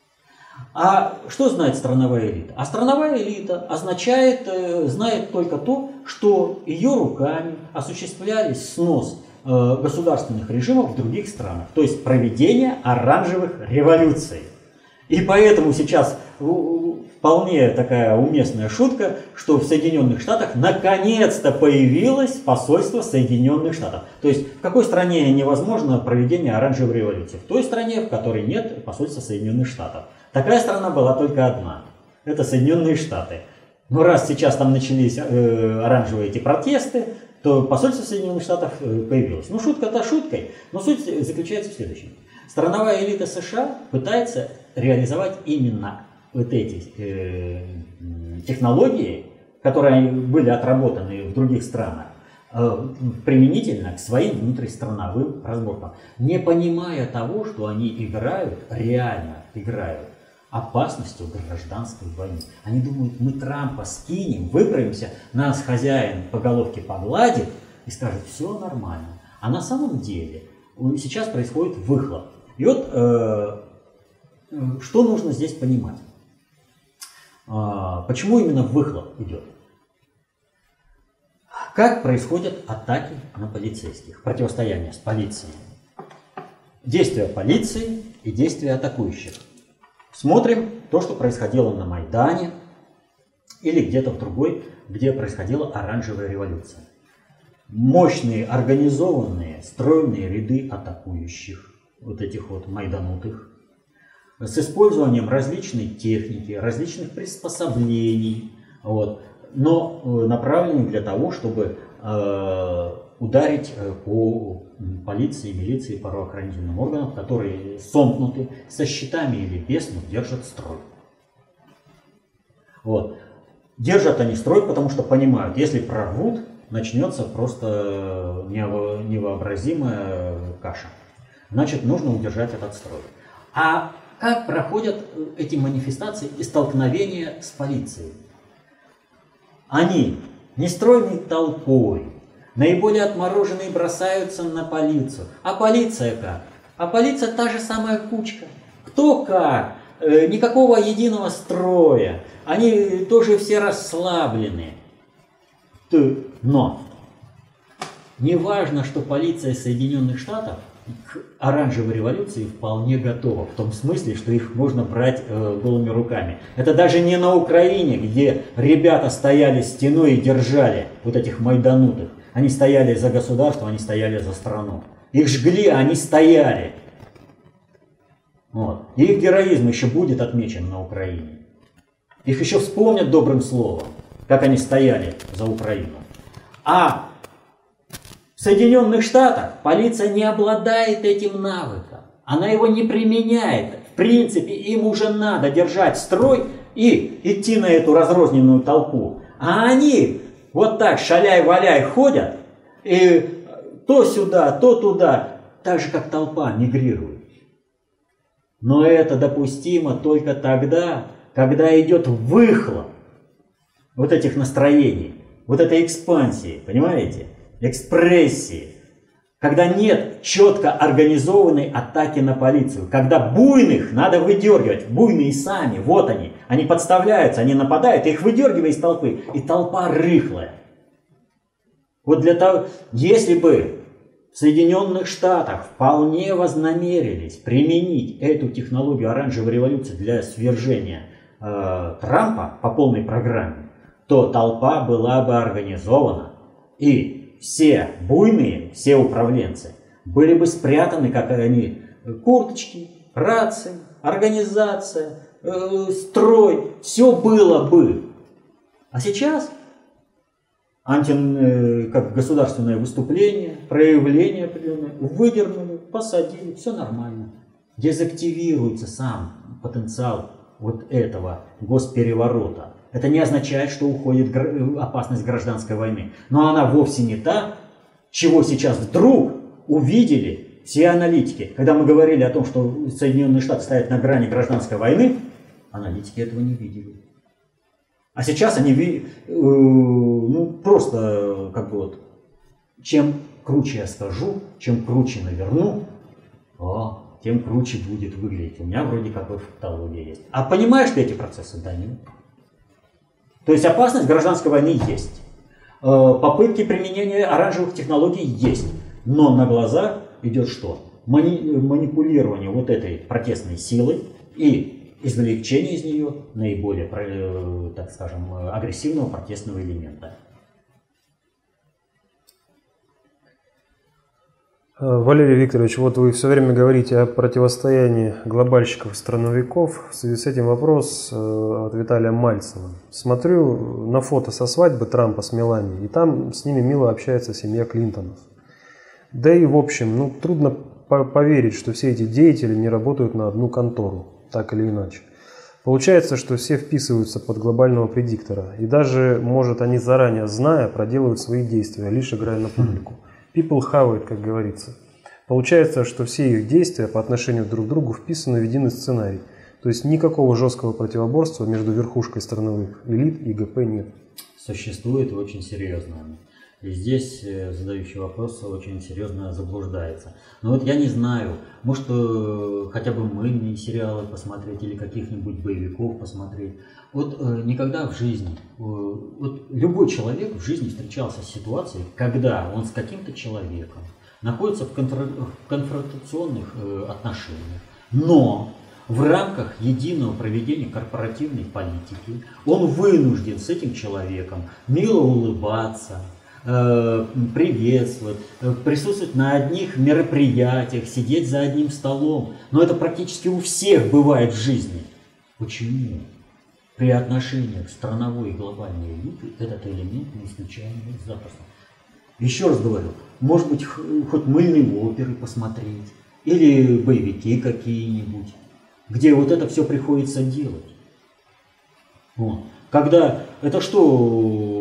Speaker 2: А что знает страновая элита? А страновая элита означает, э, знает только то, что ее руками осуществлялись снос э, государственных режимов в других странах. То есть проведение оранжевых революций. И поэтому сейчас вполне такая уместная шутка, что в Соединенных Штатах наконец-то появилось посольство Соединенных Штатов. То есть в какой стране невозможно проведение оранжевой революции? В той стране, в которой нет посольства Соединенных Штатов. Такая страна была только одна. Это Соединенные Штаты. Но раз сейчас там начались э, оранжевые эти протесты, то посольство Соединенных Штатов появилось. Ну шутка-то шуткой, но суть заключается в следующем. Страновая элита США пытается реализовать именно вот эти э, технологии, которые были отработаны в других странах, э, применительно к своим внутристрановым разборкам, не понимая того, что они играют, реально играют опасностью гражданской войны. Они думают, мы Трампа скинем, выправимся, нас хозяин по головке погладит и скажет, все нормально. А на самом деле сейчас происходит выхлоп. И вот э, что нужно здесь понимать? А, почему именно выхлоп идет? Как происходят атаки на полицейских, противостояние с полицией? Действия полиции и действия атакующих. Смотрим то, что происходило на Майдане или где-то в другой, где происходила оранжевая революция. Мощные, организованные, стройные ряды атакующих, вот этих вот майданутых, с использованием различной техники, различных приспособлений, вот, но направленных для того, чтобы э, ударить по полиции, милиции, правоохранительным органам, которые сомкнуты со щитами или без, но держат строй. Вот. Держат они строй, потому что понимают, если прорвут, начнется просто невообразимая каша. Значит, нужно удержать этот строй. А как проходят эти манифестации и столкновения с полицией? Они нестройной толпой, наиболее отмороженные бросаются на полицию. А полиция как? А полиция та же самая кучка. Кто как? Э, никакого единого строя. Они тоже все расслаблены. Но не важно, что полиция Соединенных Штатов к оранжевой революции вполне готова. В том смысле, что их можно брать э, голыми руками. Это даже не на Украине, где ребята стояли стеной и держали вот этих майданутых. Они стояли за государство, они стояли за страну. Их жгли, а они стояли. Вот. И их героизм еще будет отмечен на Украине. Их еще вспомнят добрым словом, как они стояли за Украину. А в Соединенных Штатах полиция не обладает этим навыком. Она его не применяет. В принципе, им уже надо держать строй и идти на эту разрозненную толпу. А они вот так шаляй-валяй ходят, и то сюда, то туда, так же, как толпа мигрирует. Но это допустимо только тогда, когда идет выхлоп. вот этих настроений, вот этой экспансии, понимаете, экспрессии, когда нет четко организованной атаки на полицию, когда буйных надо выдергивать, буйные сами, вот они, они подставляются, они нападают, их выдергивай из толпы, и толпа рыхлая. Вот для того, если бы в Соединенных Штатах вполне вознамерились применить эту технологию оранжевой революции для свержения э, Трампа по полной программе, то толпа была бы организована, и все буйные, все управленцы были бы спрятаны, как они, курточки, рации, организация, э, строй, все было бы. А сейчас анти, как государственное выступление, проявление определенное, выдернули, посадили, все нормально. Дезактивируется сам потенциал вот этого госпереворота. Это не означает, что уходит опасность гражданской войны. Но она вовсе не та, чего сейчас вдруг увидели все аналитики. Когда мы говорили о том, что Соединенные Штаты стоят на грани гражданской войны, аналитики этого не видели. А сейчас они э, ну, просто как бы вот, чем круче я скажу, чем круче наверну, о, тем круче будет выглядеть. У меня вроде как вот фактология есть. А понимаешь ты эти процессы? Да, нет. То есть опасность гражданской войны есть. Э, попытки применения оранжевых технологий есть. Но на глазах идет что? Мани- манипулирование вот этой протестной силой и извлечение из нее наиболее, так скажем, агрессивного протестного элемента.
Speaker 1: Валерий Викторович, вот вы все время говорите о противостоянии глобальщиков и страновиков. В связи с этим вопрос от Виталия Мальцева. Смотрю на фото со свадьбы Трампа с Меланией, и там с ними мило общается семья Клинтонов. Да и в общем, ну, трудно поверить, что все эти деятели не работают на одну контору. Так или иначе. Получается, что все вписываются под глобального предиктора. И даже, может, они заранее зная, проделывают свои действия, лишь играя на публику. People have it, как говорится. Получается, что все их действия по отношению друг к другу вписаны в единый сценарий. То есть никакого жесткого противоборства между верхушкой страновых элит и ГП нет.
Speaker 2: Существует очень серьезно. И здесь задающий вопрос очень серьезно заблуждается. Но вот я не знаю, может хотя бы мыльные сериалы посмотреть или каких-нибудь боевиков посмотреть. Вот э, никогда в жизни, э, вот любой человек в жизни встречался с ситуацией, когда он с каким-то человеком находится в, конфр... в конфронтационных э, отношениях, но в рамках единого проведения корпоративной политики он вынужден с этим человеком мило улыбаться, приветствовать, присутствовать на одних мероприятиях, сидеть за одним столом. Но это практически у всех бывает в жизни. Почему? При отношениях страновой и глобальной элиты этот элемент не исключаем запросто. Еще раз говорю, может быть, хоть мыльные оперы посмотреть, или боевики какие-нибудь, где вот это все приходится делать. Вот. Когда это что...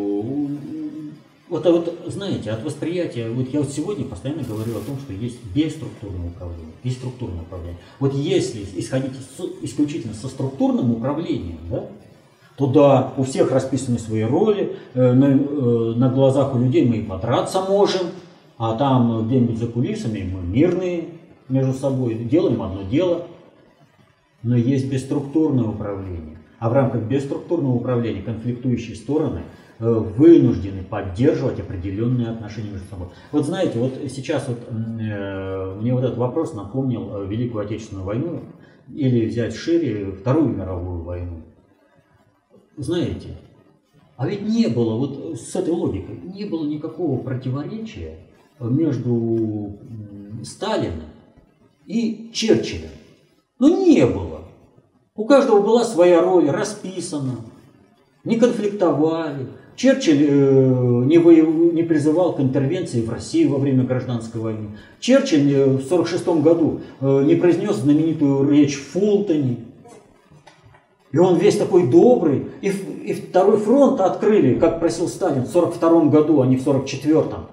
Speaker 2: Вот, вот, знаете, от восприятия, вот я вот сегодня постоянно говорю о том, что есть бесструктурное управление, есть структурное управление. Вот если исходить исключительно со структурным управлением, да, то да, у всех расписаны свои роли, э, на, э, на глазах у людей мы и подраться можем, а там где-нибудь за кулисами мы мирные между собой, делаем одно дело. Но есть бесструктурное управление. А в рамках бесструктурного управления конфликтующие стороны вынуждены поддерживать определенные отношения между собой. Вот знаете, вот сейчас вот, э, мне вот этот вопрос напомнил Великую Отечественную войну, или взять шире Вторую мировую войну. Знаете, а ведь не было, вот с этой логикой, не было никакого противоречия между Сталиным и Черчиллем. Ну не было. У каждого была своя роль, расписана, не конфликтовали. Черчилль э, не, воев... не призывал к интервенции в Россию во время гражданской войны. Черчилль э, в тысяча девятьсот сорок шестом году э, не произнес знаменитую речь в Фултоне. И он весь такой добрый. И, и второй фронт открыли, как просил Сталин, в сорок втором году, а не в сорок четвёртом.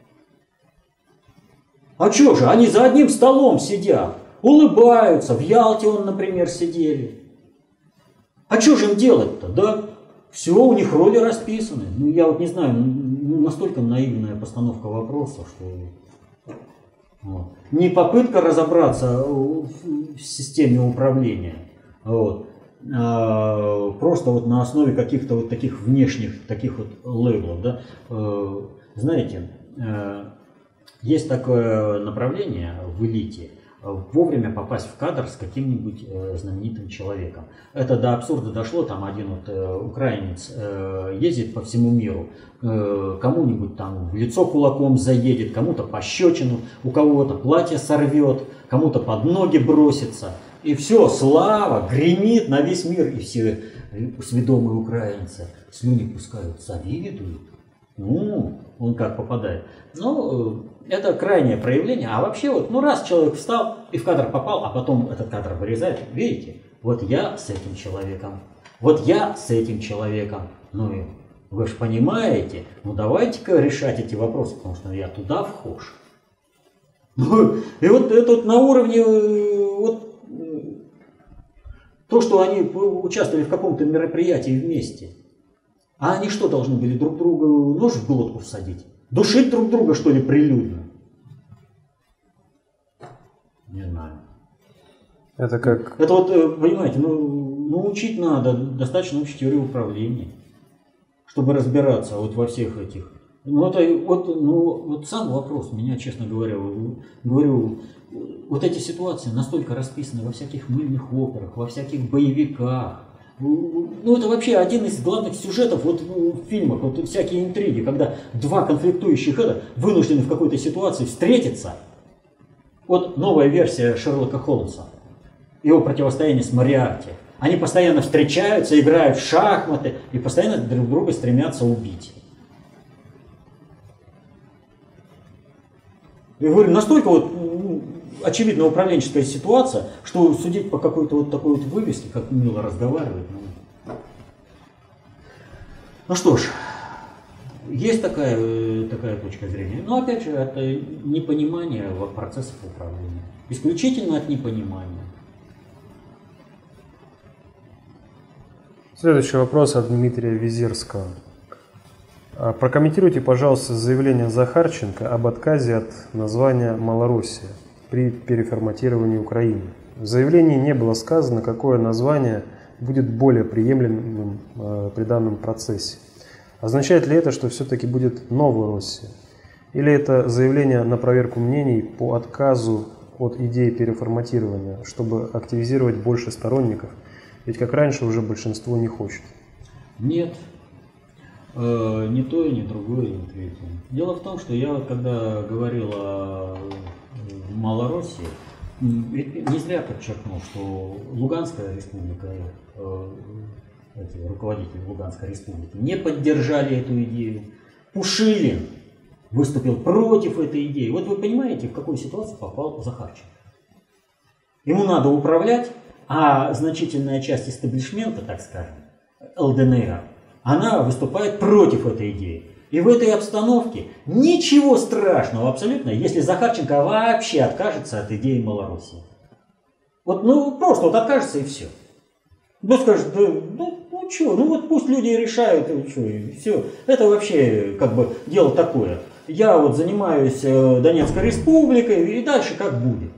Speaker 2: А что же, они за одним столом сидят, улыбаются. В Ялте он, например, сидели. А что же им делать-то, да? Все, у них роли расписаны. Ну, я вот не знаю, ну, настолько наивная постановка вопроса, что... Вот. Не попытка разобраться в системе управления, вот, а просто вот на основе каких-то вот таких внешних таких вот лейблов. Да? Знаете, есть такое направление в элите — вовремя попасть в кадр с каким-нибудь э, знаменитым человеком. Это до абсурда дошло. Там один вот э, украинец э, ездит по всему миру, э, кому-нибудь там в лицо кулаком заедет, кому-то пощечину, у кого-то платье сорвет, кому-то под ноги бросится. И все, слава гремит на весь мир. И все сведомые украинцы слюни пускают, завидуют. Ну, он как попадает. Ну, это крайнее проявление. А вообще вот, ну раз человек встал и в кадр попал, а потом этот кадр вырезает, видите, вот я с этим человеком, вот я с этим человеком. Ну и вы же понимаете, ну давайте-ка решать эти вопросы, потому что я туда вхож. Ну, и вот это вот на уровне, вот, то, что они участвовали в каком-то мероприятии вместе. А они что, должны были друг другу нож в глотку всадить? Душить друг друга, что ли, прилюдно? Не знаю.
Speaker 1: Это как...
Speaker 2: Это вот, понимаете, ну, ну учить надо, достаточно учить теорию управления, чтобы разбираться вот во всех этих. Ну, это вот, ну, вот сам вопрос меня, честно говоря, говорю, вот эти ситуации настолько расписаны во всяких мыльных операх, во всяких боевиках. Ну, это вообще один из главных сюжетов вот в фильмах, вот всякие интриги, когда два конфликтующих это вынуждены в какой-то ситуации встретиться. Вот новая версия Шерлока Холмса, его противостояние с Мориарти. Они постоянно встречаются, играют в шахматы и постоянно друг друга стремятся убить. Я говорю, настолько вот очевидно управленческая ситуация, что судить по какой-то вот такой вот вывеске, как мило разговаривает. Ну, ну что ж, есть такая, такая точка зрения. Но опять же, это непонимание процессов управления. Исключительно от непонимания.
Speaker 1: Следующий вопрос от Дмитрия Визерского. Прокомментируйте, пожалуйста, заявление Захарченко об отказе от названия «Малороссия» при переформатировании Украины. В заявлении не было сказано, какое название будет более приемлемым э, при данном процессе. Означает ли это, что все-таки будет Новороссия? Или это заявление на проверку мнений по отказу от идеи переформатирования, чтобы активизировать больше сторонников? Ведь как раньше уже большинство не хочет.
Speaker 2: Нет. Э, ни то, ни другое, ни третье. Дело в том, что я вот когда говорил о Малороссии, не зря подчеркнул, что Луганская республика, э, эти руководители Луганской республики не поддержали эту идею. Пушилин выступил против этой идеи. Вот вы понимаете, в какую ситуацию попал Захарченко. Ему надо управлять, а значительная часть истеблишмента, так скажем, эл дэ эн эр, она выступает против этой идеи. И в этой обстановке ничего страшного абсолютно, если Захарченко вообще откажется от идеи Малороссии. Вот, ну, просто вот откажется и все. Ну, скажет, да, ну, ну что, ну вот пусть люди решают, и, что, и все. Это вообще, как бы, дело такое. Я вот занимаюсь Донецкой республикой, и дальше как будет.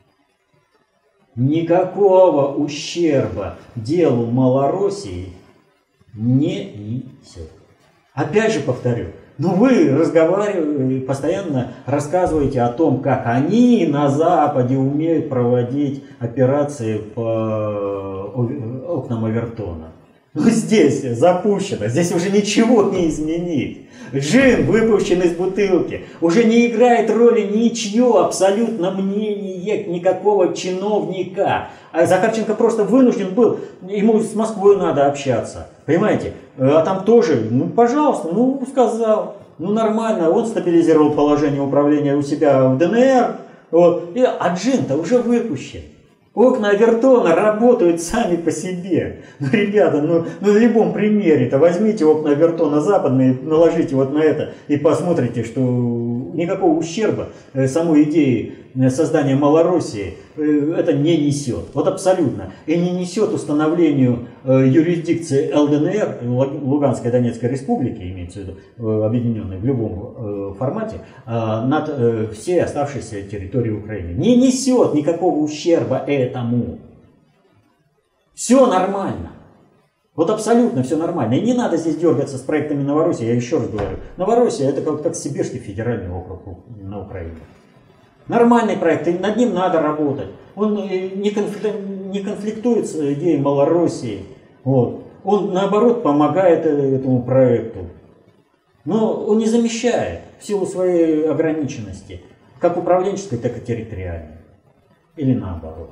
Speaker 2: Никакого ущерба делу Малороссии не несет. Опять же повторю, ну вы разговариваете, постоянно рассказываете о том, как они на Западе умеют проводить операции по окнам Овертона. Но здесь запущено, здесь уже ничего не изменить. Джин, выпущен из бутылки, уже не играет роли ничье абсолютно мнение никакого чиновника. А Захарченко просто вынужден был, ему с Москвой надо общаться. Понимаете? А там тоже, ну пожалуйста, ну сказал, ну нормально, он стабилизировал положение управления у себя в дэ эн эр. Вот. И, а Джин-то уже выпущен. Окна Овертона работают сами по себе. Ну, ребята, ну, ну на любом примере-то возьмите окна Овертона западные, наложите вот на это и посмотрите, что никакого ущерба самой идеи создания Малороссии это не несет. Вот абсолютно. И не несет установлению юрисдикции эл дэ эн эр, Луганской Донецкой Республики, имеется в виду, объединенной в любом формате, над всей оставшейся территорией Украины. Не несет никакого ущерба этому. Все нормально. Вот абсолютно все нормально. И не надо здесь дергаться с проектами Новороссии. Я еще раз говорю. Новороссия это как, как Сибирский федеральный округ на Украине. Нормальный проект, и над ним надо работать. Он не, конфли... не конфликтует с идеей Малороссии. Вот. Он наоборот помогает этому проекту. Но он не замещает в силу своей ограниченности. Как управленческой, так и территориальной. Или наоборот.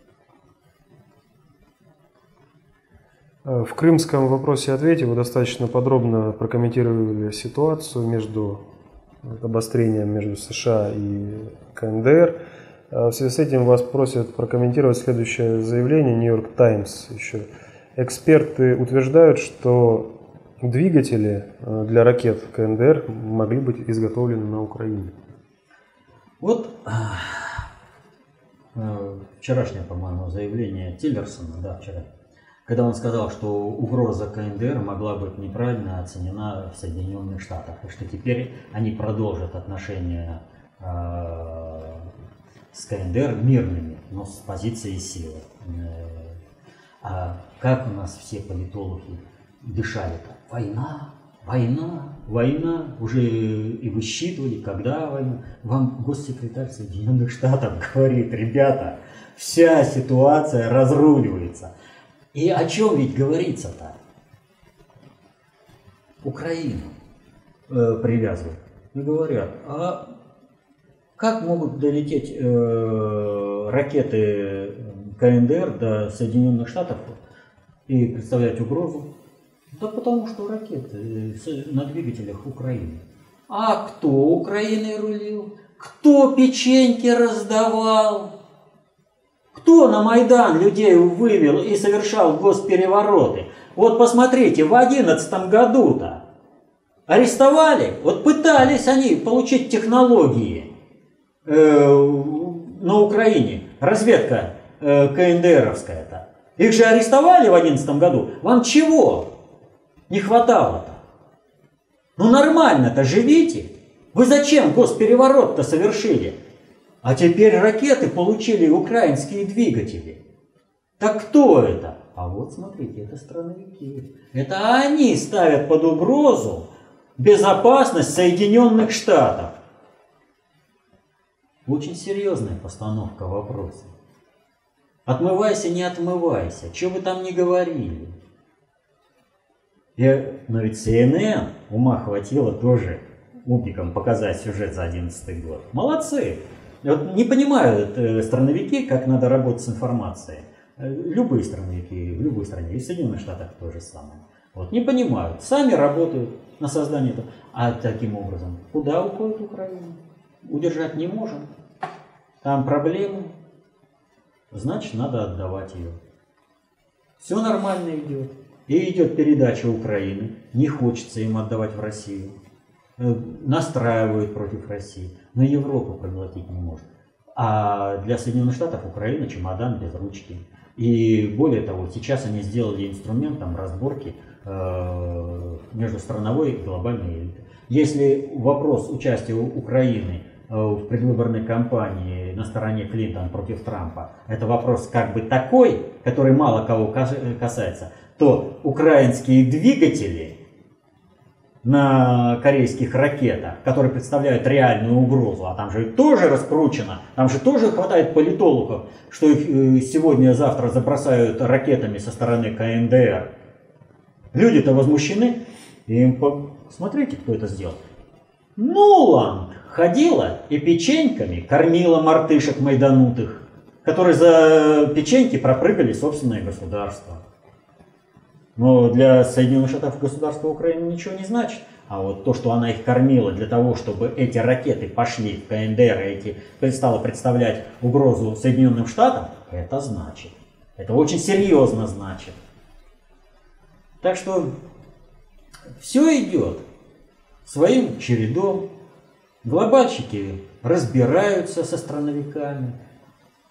Speaker 1: В крымском вопросе-ответе вы достаточно подробно прокомментировали ситуацию между обострением между США и ка эн дэ эр. В связи с этим вас просят прокомментировать следующее заявление Нью-Йорк Таймс. Еще эксперты утверждают, что двигатели для ракет ка эн дэ эр могли быть изготовлены на Украине.
Speaker 2: Вот вчерашнее, по-моему, заявление Тиллерсона, да, вчера. Когда он сказал, что угроза ка эн дэ эр могла быть неправильно оценена в Соединенных Штатах, и что теперь они продолжат отношения э, с ка эн дэ эр мирными, но с позиции силы. А как у нас все политологи дышали-то? Война, война, война. Уже и высчитывали, когда война. Вам госсекретарь Соединенных Штатов говорит: ребята, вся ситуация разруливается. И о чем ведь говорится-то? Украину э, привязывают. И говорят, а как могут долететь э, ракеты ка эн дэ эр до Соединенных Штатов и представлять угрозу? Да потому что ракеты на двигателях Украины. А кто Украиной рулил? Кто печеньки раздавал? Кто на Майдан людей вывел и совершал госперевороты? Вот посмотрите, в одиннадцатом году-то арестовали, вот пытались они получить технологии э, на Украине, разведка э, ка эн дэ эровская-то. Их же арестовали в одиннадцатом году. Вам чего не хватало-то? Ну нормально-то живите. Вы зачем госпереворот-то совершили? А теперь ракеты получили украинские двигатели. Так кто это? А вот смотрите, это страновики. Это они ставят под угрозу безопасность Соединенных Штатов. Очень серьезная постановка вопроса. Отмывайся, не отмывайся. Что вы там не говорили? И, но ведь си эн эн ума хватило тоже умникам показать сюжет за одиннадцатый год. Молодцы! Вот не понимают э, страновики, как надо работать с информацией. Любые страновики в любой стране, и в Соединенных Штатах то же самое. Вот, не понимают, сами работают на создание этого. А таким образом, куда уходит Украина? Удержать не можем. Там проблемы. Значит, надо отдавать ее. Все нормально идет. И идет передача Украины. Не хочется им отдавать в Россию. Настраивают против России. Но Европу проглотить не может. А для Соединенных Штатов Украина чемодан без ручки. И более того, сейчас они сделали инструментом разборки э, между страновой и глобальной элитой. Если вопрос участия Украины э, в предвыборной кампании на стороне Клинтон против Трампа, это вопрос как бы такой, который мало кого касается, то украинские двигатели на корейских ракетах, которые представляют реальную угрозу, а там же тоже раскручено, там же тоже хватает политологов, что их сегодня-завтра забросают ракетами со стороны ка эн дэ эр. Люди-то возмущены, и им по... смотрите, кто это сделал. Нуланд ходила и печеньками кормила мартышек майданутых, которые за печеньки пропрыгали собственное государство. Но для Соединенных Штатов государство Украины ничего не значит. А вот то, что она их кормила для того, чтобы эти ракеты пошли в ка эн дэ эр, и эти стало представлять угрозу Соединенным Штатам, это значит. Это очень серьезно значит. Так что все идет своим чередом. Глобальщики разбираются со страновиками.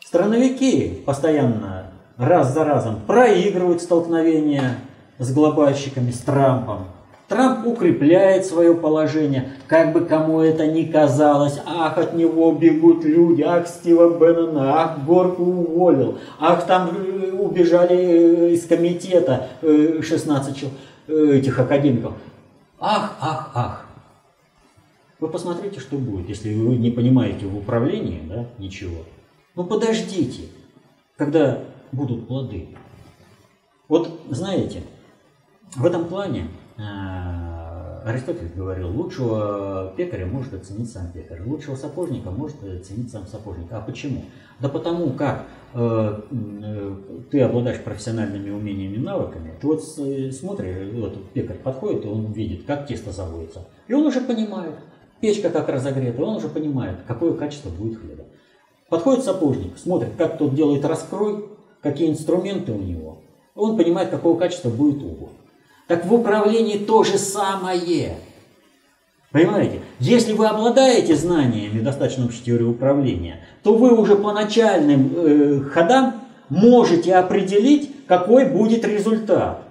Speaker 2: Страновики постоянно, раз за разом, проигрывают столкновения с глобальщиками, с Трампом. Трамп укрепляет свое положение, как бы кому это ни казалось. Ах, от него бегут люди, ах, Стива Беннона, ах, Горку уволил, ах, там убежали из комитета шестнадцать этих академиков. Ах, ах, ах. Вы посмотрите, что будет, если вы не понимаете в управлении, да, ничего. Ну подождите, когда будут плоды. Вот знаете, в этом плане Аристотель говорил, лучшего пекаря может оценить сам пекарь, лучшего сапожника может оценить сам сапожник. А почему? Да потому как э, э, ты обладаешь профессиональными умениями и навыками, ты вот смотришь, вот пекарь подходит, и он видит, как тесто заводится. И он уже понимает, печка как разогрета, он уже понимает, какое качество будет хлеба. Подходит сапожник, смотрит, как тот делает раскрой, какие инструменты у него. Он понимает, какого качества будет обувь. Так в управлении то же самое. Понимаете? Если вы обладаете знаниями достаточно общей теории управления, то вы уже по начальным э, ходам можете определить, какой будет результат.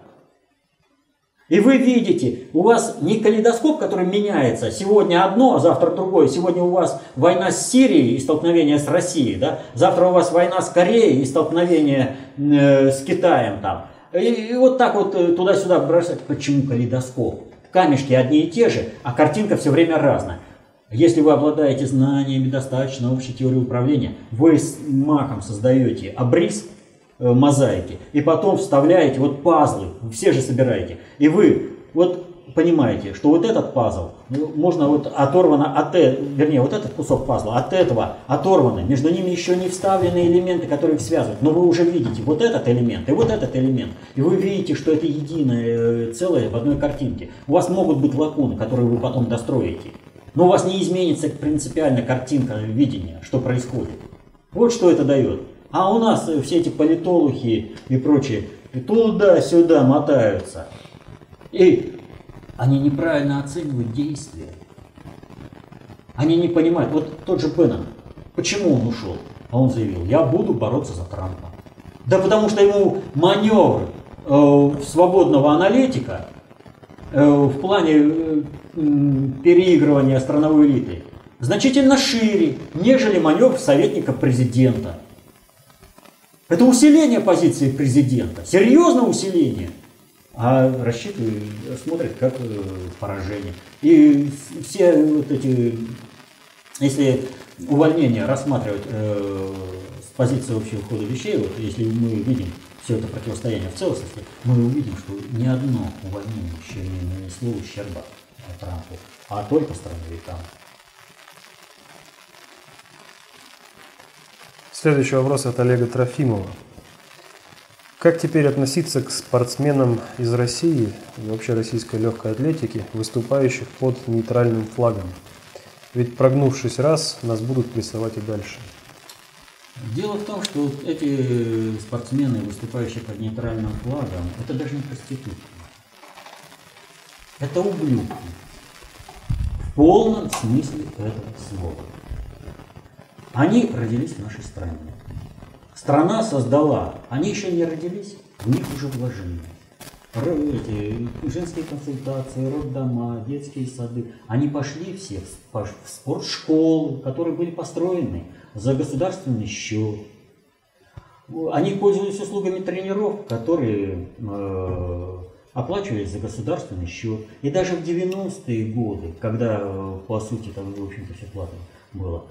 Speaker 2: И вы видите, у вас не калейдоскоп, который меняется. Сегодня одно, а завтра другое. Сегодня у вас война с Сирией и столкновение с Россией. Да? Завтра у вас война с Кореей и столкновение э, с Китаем там. И, и вот так вот туда-сюда бросать. Почему калейдоскоп? Камешки одни и те же, а картинка все время разная. Если вы обладаете знаниями достаточно общей теории управления, вы с махом создаете обрис э, мозаики, и потом вставляете вот пазлы, все же собираете. И вы вот понимаете, что вот этот пазл, ну, можно вот оторвано от, вернее, вот этот кусок пазла от этого оторваны, между ними еще не вставлены элементы, которые их связывают, но вы уже видите вот этот элемент и вот этот элемент, и вы видите, что это единое целое в одной картинке. У вас могут быть лакуны, которые вы потом достроите, но у вас не изменится принципиально картинка видения, что происходит. Вот что это дает. А у нас все эти политологи и прочие туда-сюда мотаются. И они неправильно оценивают действия. Они не понимают. Вот тот же Беннон, почему он ушел? А он заявил, я буду бороться за Трампа. Да потому что ему маневр э, свободного аналитика э, в плане э, переигрывания страновой элиты значительно шире, нежели маневр советника президента. Это усиление позиции президента. Серьезное усиление. А рассчитывают, смотрят как э, поражение. И все вот эти, если увольнение рассматривать э, с позиции общего хода вещей, вот если мы видим все это противостояние в целостности, мы увидим, что ни одно увольнение еще не нанесло ущерба Трампу, а только страновикам.
Speaker 1: Следующий вопрос от Олега Трофимова. Как теперь относиться к спортсменам из России и вообще российской легкой атлетики, выступающих под нейтральным флагом? Ведь прогнувшись раз, нас будут прессовать и дальше.
Speaker 2: Дело в том, что эти спортсмены, выступающие под нейтральным флагом, это даже не проститутки. Это ублюдки. В полном смысле этого слова. Они родились в нашей стране. Страна создала, они еще не родились, в них уже вложили. Эти женские консультации, роддома, детские сады. Они пошли все в спортшколы, которые были построены за государственный счет. Они пользовались услугами тренеров, которые э, оплачивались за государственный счет. И даже в девяностые годы, когда, по сути, там, в общем-то, все платно было,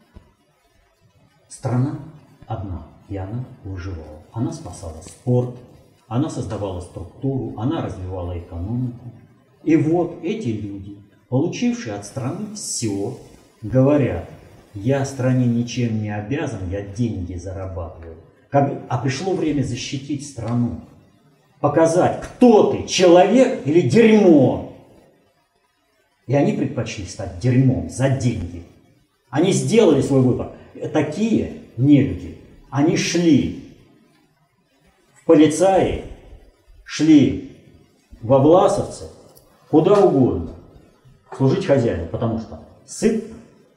Speaker 2: страна одна. И она выживала. Она спасала спорт, она создавала структуру, она развивала экономику. И вот эти люди, получившие от страны все, говорят, я стране ничем не обязан, я деньги зарабатываю. Как... А пришло время защитить страну. Показать, кто ты, человек или дерьмо. И они предпочли стать дерьмом за деньги. Они сделали свой выбор. Такие нелюди. Они шли в полицаи, шли во власовцы, куда угодно, служить хозяину, потому что сыт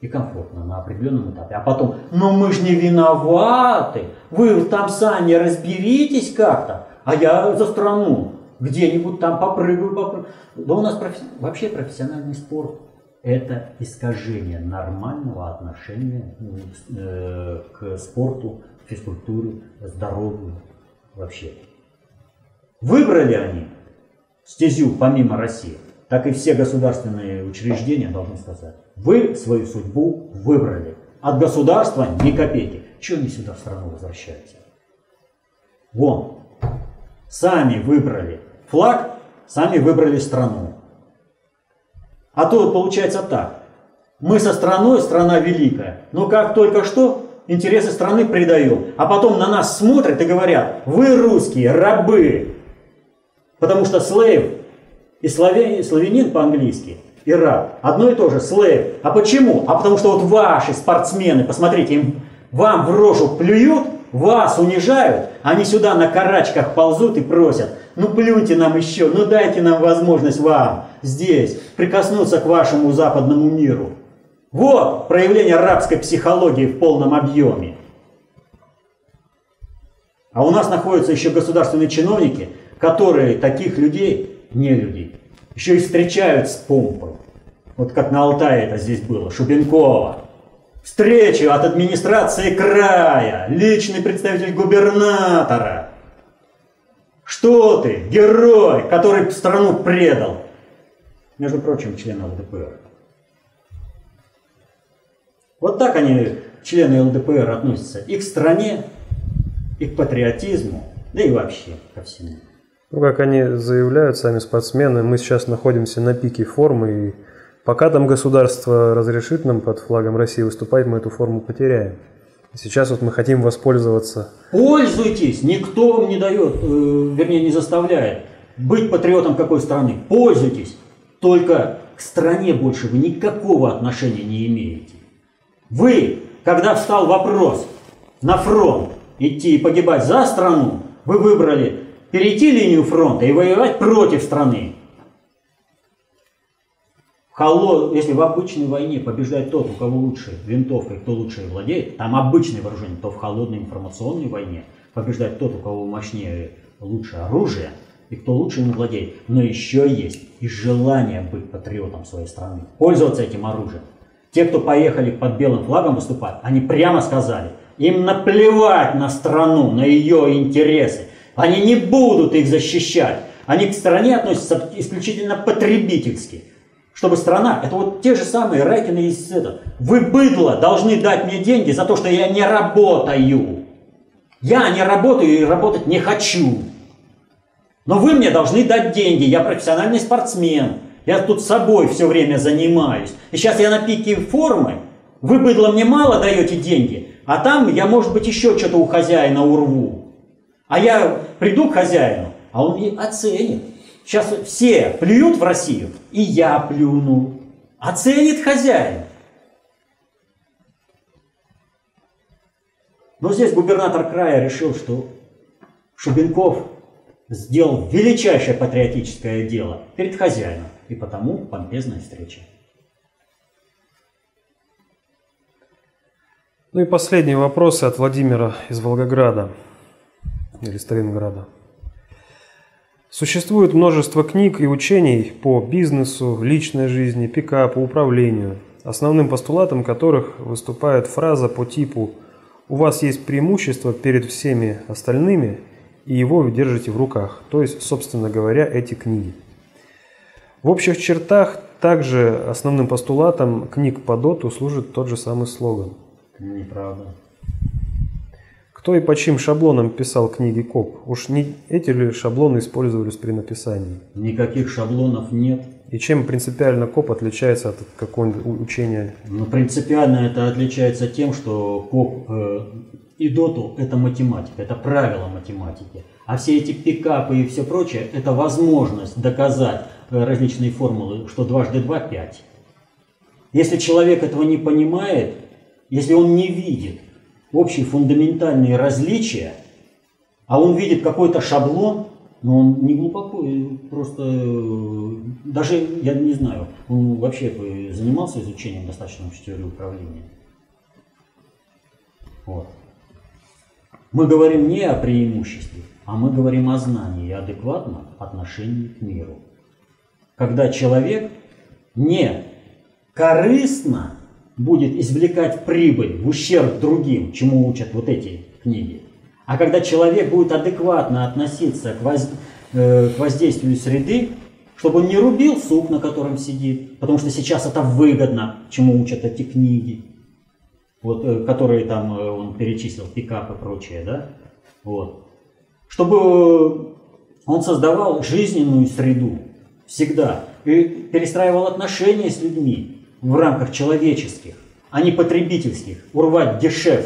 Speaker 2: и комфортно на определенном этапе. А потом, ну мы же не виноваты, вы там сами разберитесь как-то, а я за страну где-нибудь там попрыгаю, попрыгаю. Да у нас профи... вообще профессиональный спорт – это искажение нормального отношения э, к спорту, физкультуре, здоровью вообще. Выбрали они стезю помимо России, так и все государственные учреждения должны сказать: вы свою судьбу выбрали. От государства ни копейки. Чего они сюда в страну возвращаются? Вон, сами выбрали флаг, сами выбрали страну. А то получается так. Мы со страной, страна великая, но как только что интересы страны предаем, а потом на нас смотрят и говорят: вы русские, рабы. Потому что slave и славянин, славянин по-английски, и раб одно и то же, slave. А почему? А потому что вот ваши спортсмены, посмотрите, им, вам в рожу плюют, вас унижают, они сюда на карачках ползут и просят: ну плюньте нам еще, ну дайте нам возможность вам здесь прикоснуться к вашему западному миру. Вот проявление рабской психологии в полном объеме. А у нас находятся еще государственные чиновники, которые таких людей, не людей, еще и встречают с помпой. Вот как на Алтае это здесь было, Шубенкова. Встречу от администрации края, личный представитель губернатора. Что ты, герой, который страну предал? Между прочим, член ЛДПР. Вот так они, члены ЛДПР, относятся и к стране, и к патриотизму, да и вообще ко всему.
Speaker 1: Ну, как они заявляют, сами спортсмены, мы сейчас находимся на пике формы, и пока там государство разрешит нам под флагом России выступать, мы эту форму потеряем. И сейчас вот мы хотим воспользоваться.
Speaker 2: Пользуйтесь! Никто вам не дает, э, вернее, не заставляет быть патриотом какой страны. Пользуйтесь! Только к стране больше вы никакого отношения не имеете. Вы, когда встал вопрос на фронт идти и погибать за страну, вы выбрали перейти линию фронта и воевать против страны. Холод... Если в обычной войне побеждает тот, у кого лучше винтовка и кто лучше владеет, там обычное вооружение, то в холодной информационной войне побеждает тот, у кого мощнее, лучше оружие и кто лучше им владеет. Но еще есть и желание быть патриотом своей страны, пользоваться этим оружием. Те, кто поехали под белым флагом выступать, они прямо сказали: им наплевать на страну, на ее интересы. Они не будут их защищать. Они к стране относятся исключительно потребительски. Чтобы страна, это вот те же самые Райкины из этого. Вы, быдло, должны дать мне деньги за то, что я не работаю. Я не работаю и работать не хочу. Но вы мне должны дать деньги. Я профессиональный спортсмен. Я тут собой все время занимаюсь. И сейчас я на пике формы. Вы, быдло, мне мало даете деньги. А там я, может быть, еще что-то у хозяина урву. А я приду к хозяину, а он мне оценит. Сейчас все плюют в Россию, и я плюну. Оценит хозяин. Но здесь губернатор края решил, что Шубенков сделал величайшее патриотическое дело перед хозяином. И потому помпезная встреча.
Speaker 1: Ну и последние вопросы от Владимира из Волгограда или Сталинграда. Существует множество книг и учений по бизнесу, личной жизни, пикапу, управлению, основным постулатом которых выступает фраза по типу «У вас есть преимущество перед всеми остальными, и его вы держите в руках», то есть, собственно говоря, эти книги. В общих чертах также основным постулатом книг по доту служит тот же самый слоган.
Speaker 2: Неправда.
Speaker 1: Кто и по чьим шаблонам писал книги КОП? Уж не эти ли шаблоны использовались при написании?
Speaker 2: Никаких шаблонов нет.
Speaker 1: И чем принципиально КОП отличается от какого-нибудь учения?
Speaker 2: Ну, принципиально это отличается тем, что КОП э, и доту это математика, это правила математики. А все эти пикапы и все прочее, это возможность доказать э, различные формулы, что дважды два – пять. Если человек этого не понимает, если он не видит общие фундаментальные различия, а он видит какой-то шаблон, Но он не глубоко, просто даже, я не знаю, он вообще занимался изучением достаточно общей теории управления. Вот. Мы говорим не о преимуществе, а мы говорим о знании и адекватном отношении к миру. Когда человек не корыстно будет извлекать прибыль в ущерб другим, чему учат вот эти книги, а когда человек будет адекватно относиться к, воз... э, к воздействию среды, чтобы он не рубил сук, на котором сидит, потому что сейчас это выгодно, чему учат эти книги, вот, э, которые там э, он перечислил, пикап и прочее, да? Вот. Чтобы он создавал жизненную среду всегда и перестраивал отношения с людьми в рамках человеческих, а не потребительских, урвать гешефт.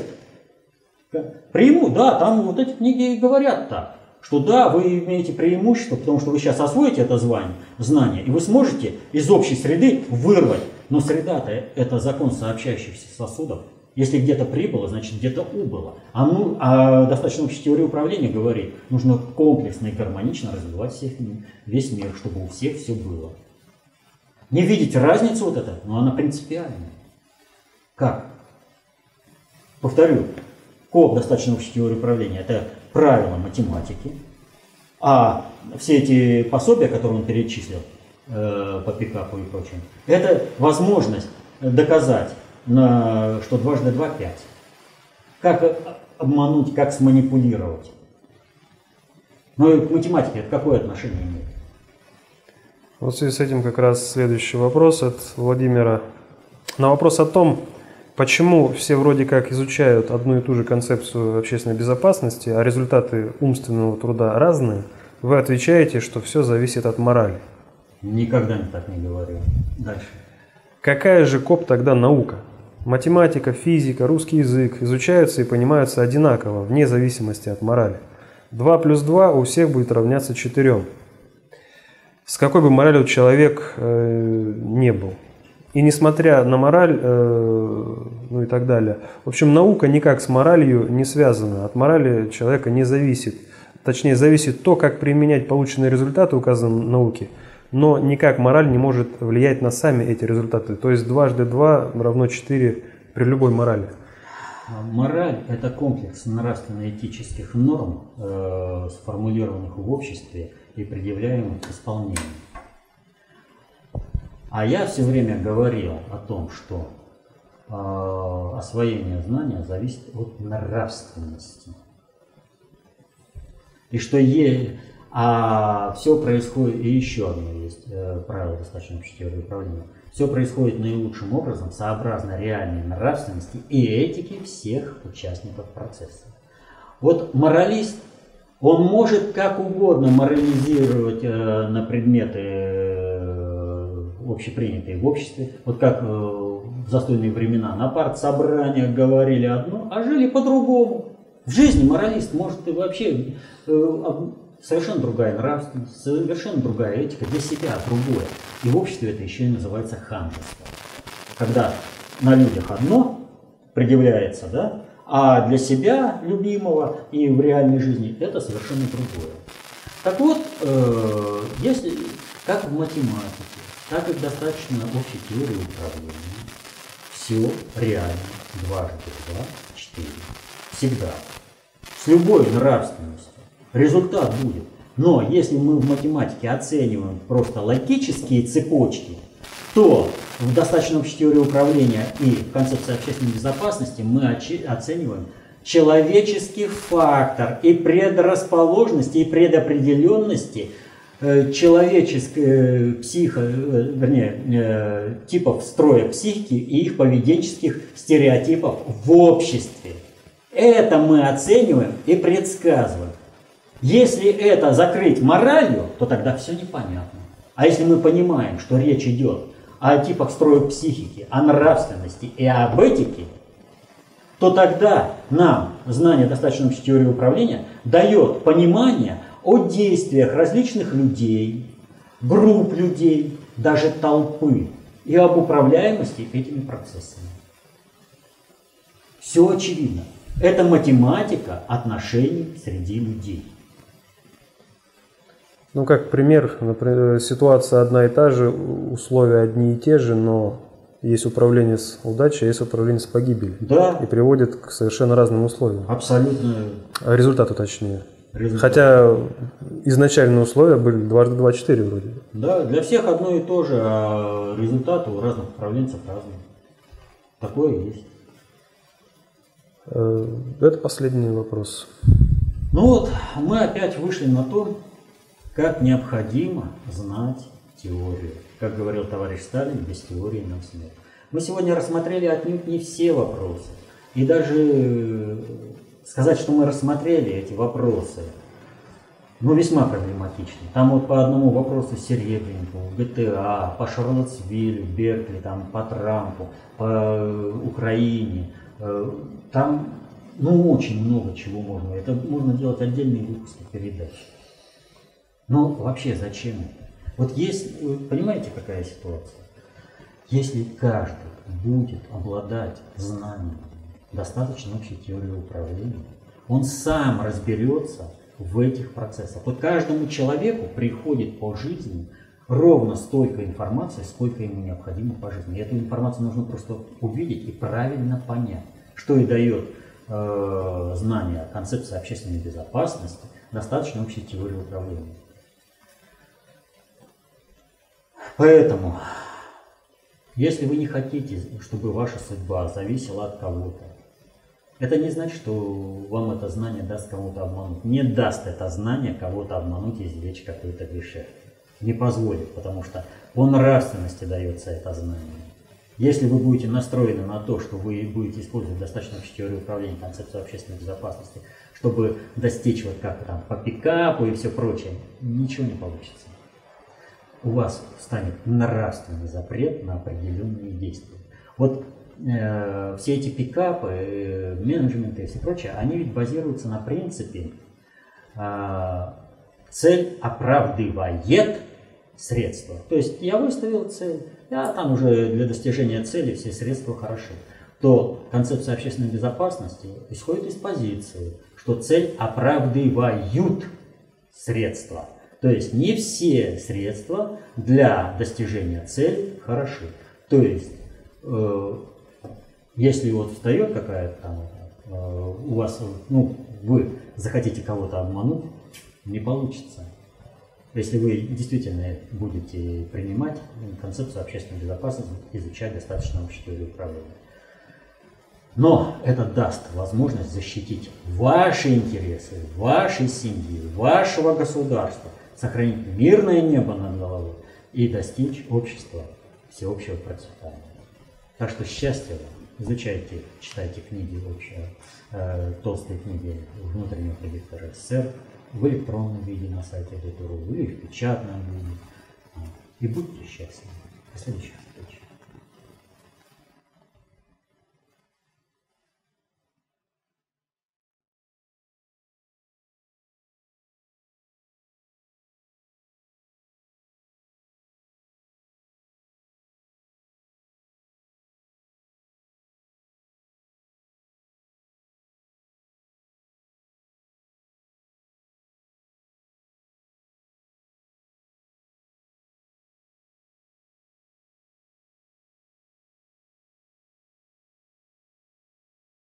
Speaker 2: Преиму, да, там вот эти книги и говорят так, что да, вы имеете преимущество, потому что вы сейчас освоите это звание, знание, и вы сможете из общей среды вырвать. Но среда-то это закон сообщающихся сосудов. Если где-то прибыло, значит где-то убыло. А, ну, а достаточно общей теории управления говорит, нужно комплексно и гармонично развивать всех, весь мир, чтобы у всех все было. Не видеть разницу вот это, но она принципиальная. Как? Повторю. КОП, достаточно общей теории управления, это правила математики, а все эти пособия, которые он перечислил э, по пикапу и прочим, это возможность доказать, на, что дважды два – пять. Как обмануть, как сманипулировать. Но к математике это какое отношение имеет?
Speaker 1: Вот в связи с этим как раз следующий вопрос от Владимира. На вопрос о том, почему все вроде как изучают одну и ту же концепцию общественной безопасности, а результаты умственного труда разные, вы отвечаете, что все зависит от морали.
Speaker 2: Никогда так не говорю. Дальше.
Speaker 1: Какая же КОП тогда наука? Математика, физика, русский язык изучаются и понимаются одинаково, вне зависимости от морали. два плюс два у всех будет равняться четырем. С какой бы моралью человек э, не был. И несмотря на мораль, э, ну и так далее. В общем, наука никак с моралью не связана. От морали человека не зависит. Точнее, зависит то, как применять полученные результаты указанной науки. Но никак мораль не может влиять на сами эти результаты. То есть дважды два равно четыре при любой морали.
Speaker 2: Мораль – это комплекс нравственно-этических норм, э, сформулированных в обществе и предъявляемых к исполнению. А я все время говорил о том, что э, освоение знания зависит от нравственности. И что е... а все происходит, и еще одно есть э, правило достаточно общей теории управления. Все происходит наилучшим образом сообразно реальной нравственности и этике всех участников процесса. Вот моралист, он может как угодно морализировать э, на предметы э, общепринятые в обществе. Вот как э, в застойные времена на партсобраниях говорили одно, а жили по-другому. В жизни моралист может и вообще э, совершенно другая нравственность, совершенно другая этика, для себя другое. И в обществе это еще и называется ханжество. Когда на людях одно предъявляется, да, а для себя, любимого, и в реальной жизни это совершенно другое. Так вот, э, если как в математике, так и в достаточно общей теории управления, все реально, дважды два, четыре. Всегда. С любой нравственностью. Результат будет. Но если мы в математике оцениваем просто логические цепочки, то в достаточно общей теории управления и в концепции общественной безопасности мы оцениваем человеческий фактор и предрасположенности, и предопределенности человеческой психо, вернее, типов строя психики и их поведенческих стереотипов в обществе. Это мы оцениваем и предсказываем. Если это закрыть моралью, то тогда все непонятно. А если мы понимаем, что речь идет о типах строя психики, о нравственности и об этике, то тогда нам знание достаточно общей теории управления дает понимание о действиях различных людей, групп людей, даже толпы, и об управляемости этими процессами. Все очевидно. Это математика отношений среди людей.
Speaker 1: Ну, как пример, например, ситуация одна и та же, условия одни и те же, но есть управление с удачей, а есть управление с погибелью.
Speaker 2: Да.
Speaker 1: И приводит к совершенно разным условиям.
Speaker 2: Абсолютно.
Speaker 1: А результату точнее.
Speaker 2: Результат.
Speaker 1: Хотя изначальные условия были дважды два четыре вроде.
Speaker 2: Да, для всех одно и то же, а результаты у разных управленцев разные. Такое есть.
Speaker 1: Это последний вопрос.
Speaker 2: Ну вот, мы опять вышли на то, как необходимо знать теорию. Как говорил товарищ Сталин, без теории нам смерть. Мы сегодня рассмотрели отнюдь не все вопросы. И даже сказать, что мы рассмотрели эти вопросы, ну, весьма проблематично. Там вот по одному вопросу Серебренникову, ГТА, по Шарлоттсвиллю, Беркли, там, по Трампу, по Украине. Там, ну, очень много чего можно. Это можно делать отдельные выпуски передач. Но вообще зачем это? Вот если, вы понимаете, какая ситуация? Если каждый будет обладать знанием достаточно общей теории управления, он сам разберется в этих процессах. Вот каждому человеку приходит по жизни ровно столько информации, сколько ему необходимо по жизни. И эту информацию нужно просто увидеть и правильно понять, что и дает э, знание о концепции общественной безопасности, достаточно общей теории управления. Поэтому, если вы не хотите, чтобы ваша судьба зависела от кого-то, это не значит, что вам это знание даст кого-то обмануть. Не даст это знание кого-то обмануть и извлечь какой-то гешефт. Не позволит, потому что по нравственности дается это знание. Если вы будете настроены на то, что вы будете использовать достаточно общую теорию управления, концепцию общественной безопасности, чтобы достичь вот как там по пикапу и все прочее, ничего не получится. У вас станет нравственный запрет на определенные действия. Вот э, все эти пикапы, э, менеджменты и все прочее, они ведь базируются на принципе э, цель оправдывает средства. То есть я выставил цель, а там уже для достижения цели все средства хороши. То концепция общественной безопасности исходит из позиции, что цель оправдывают средства. То есть не все средства для достижения цели хороши. То есть, э, если вот встает какая-то там, э, у вас, ну, вы захотите кого-то обмануть, не получится. Если вы действительно будете принимать концепцию общественной безопасности, изучать достаточно общую теорию управления. Но это даст возможность защитить ваши интересы, вашей семьи, вашего государства, сохранить мирное небо над головой и достичь общества всеобщего процветания. Так что счастья вам. Изучайте, читайте книги, общие, э, толстые книги внутреннего предиктора СССР в электронном виде на сайте Литуру или в печатном виде. И будьте счастливы. До следующих встреч.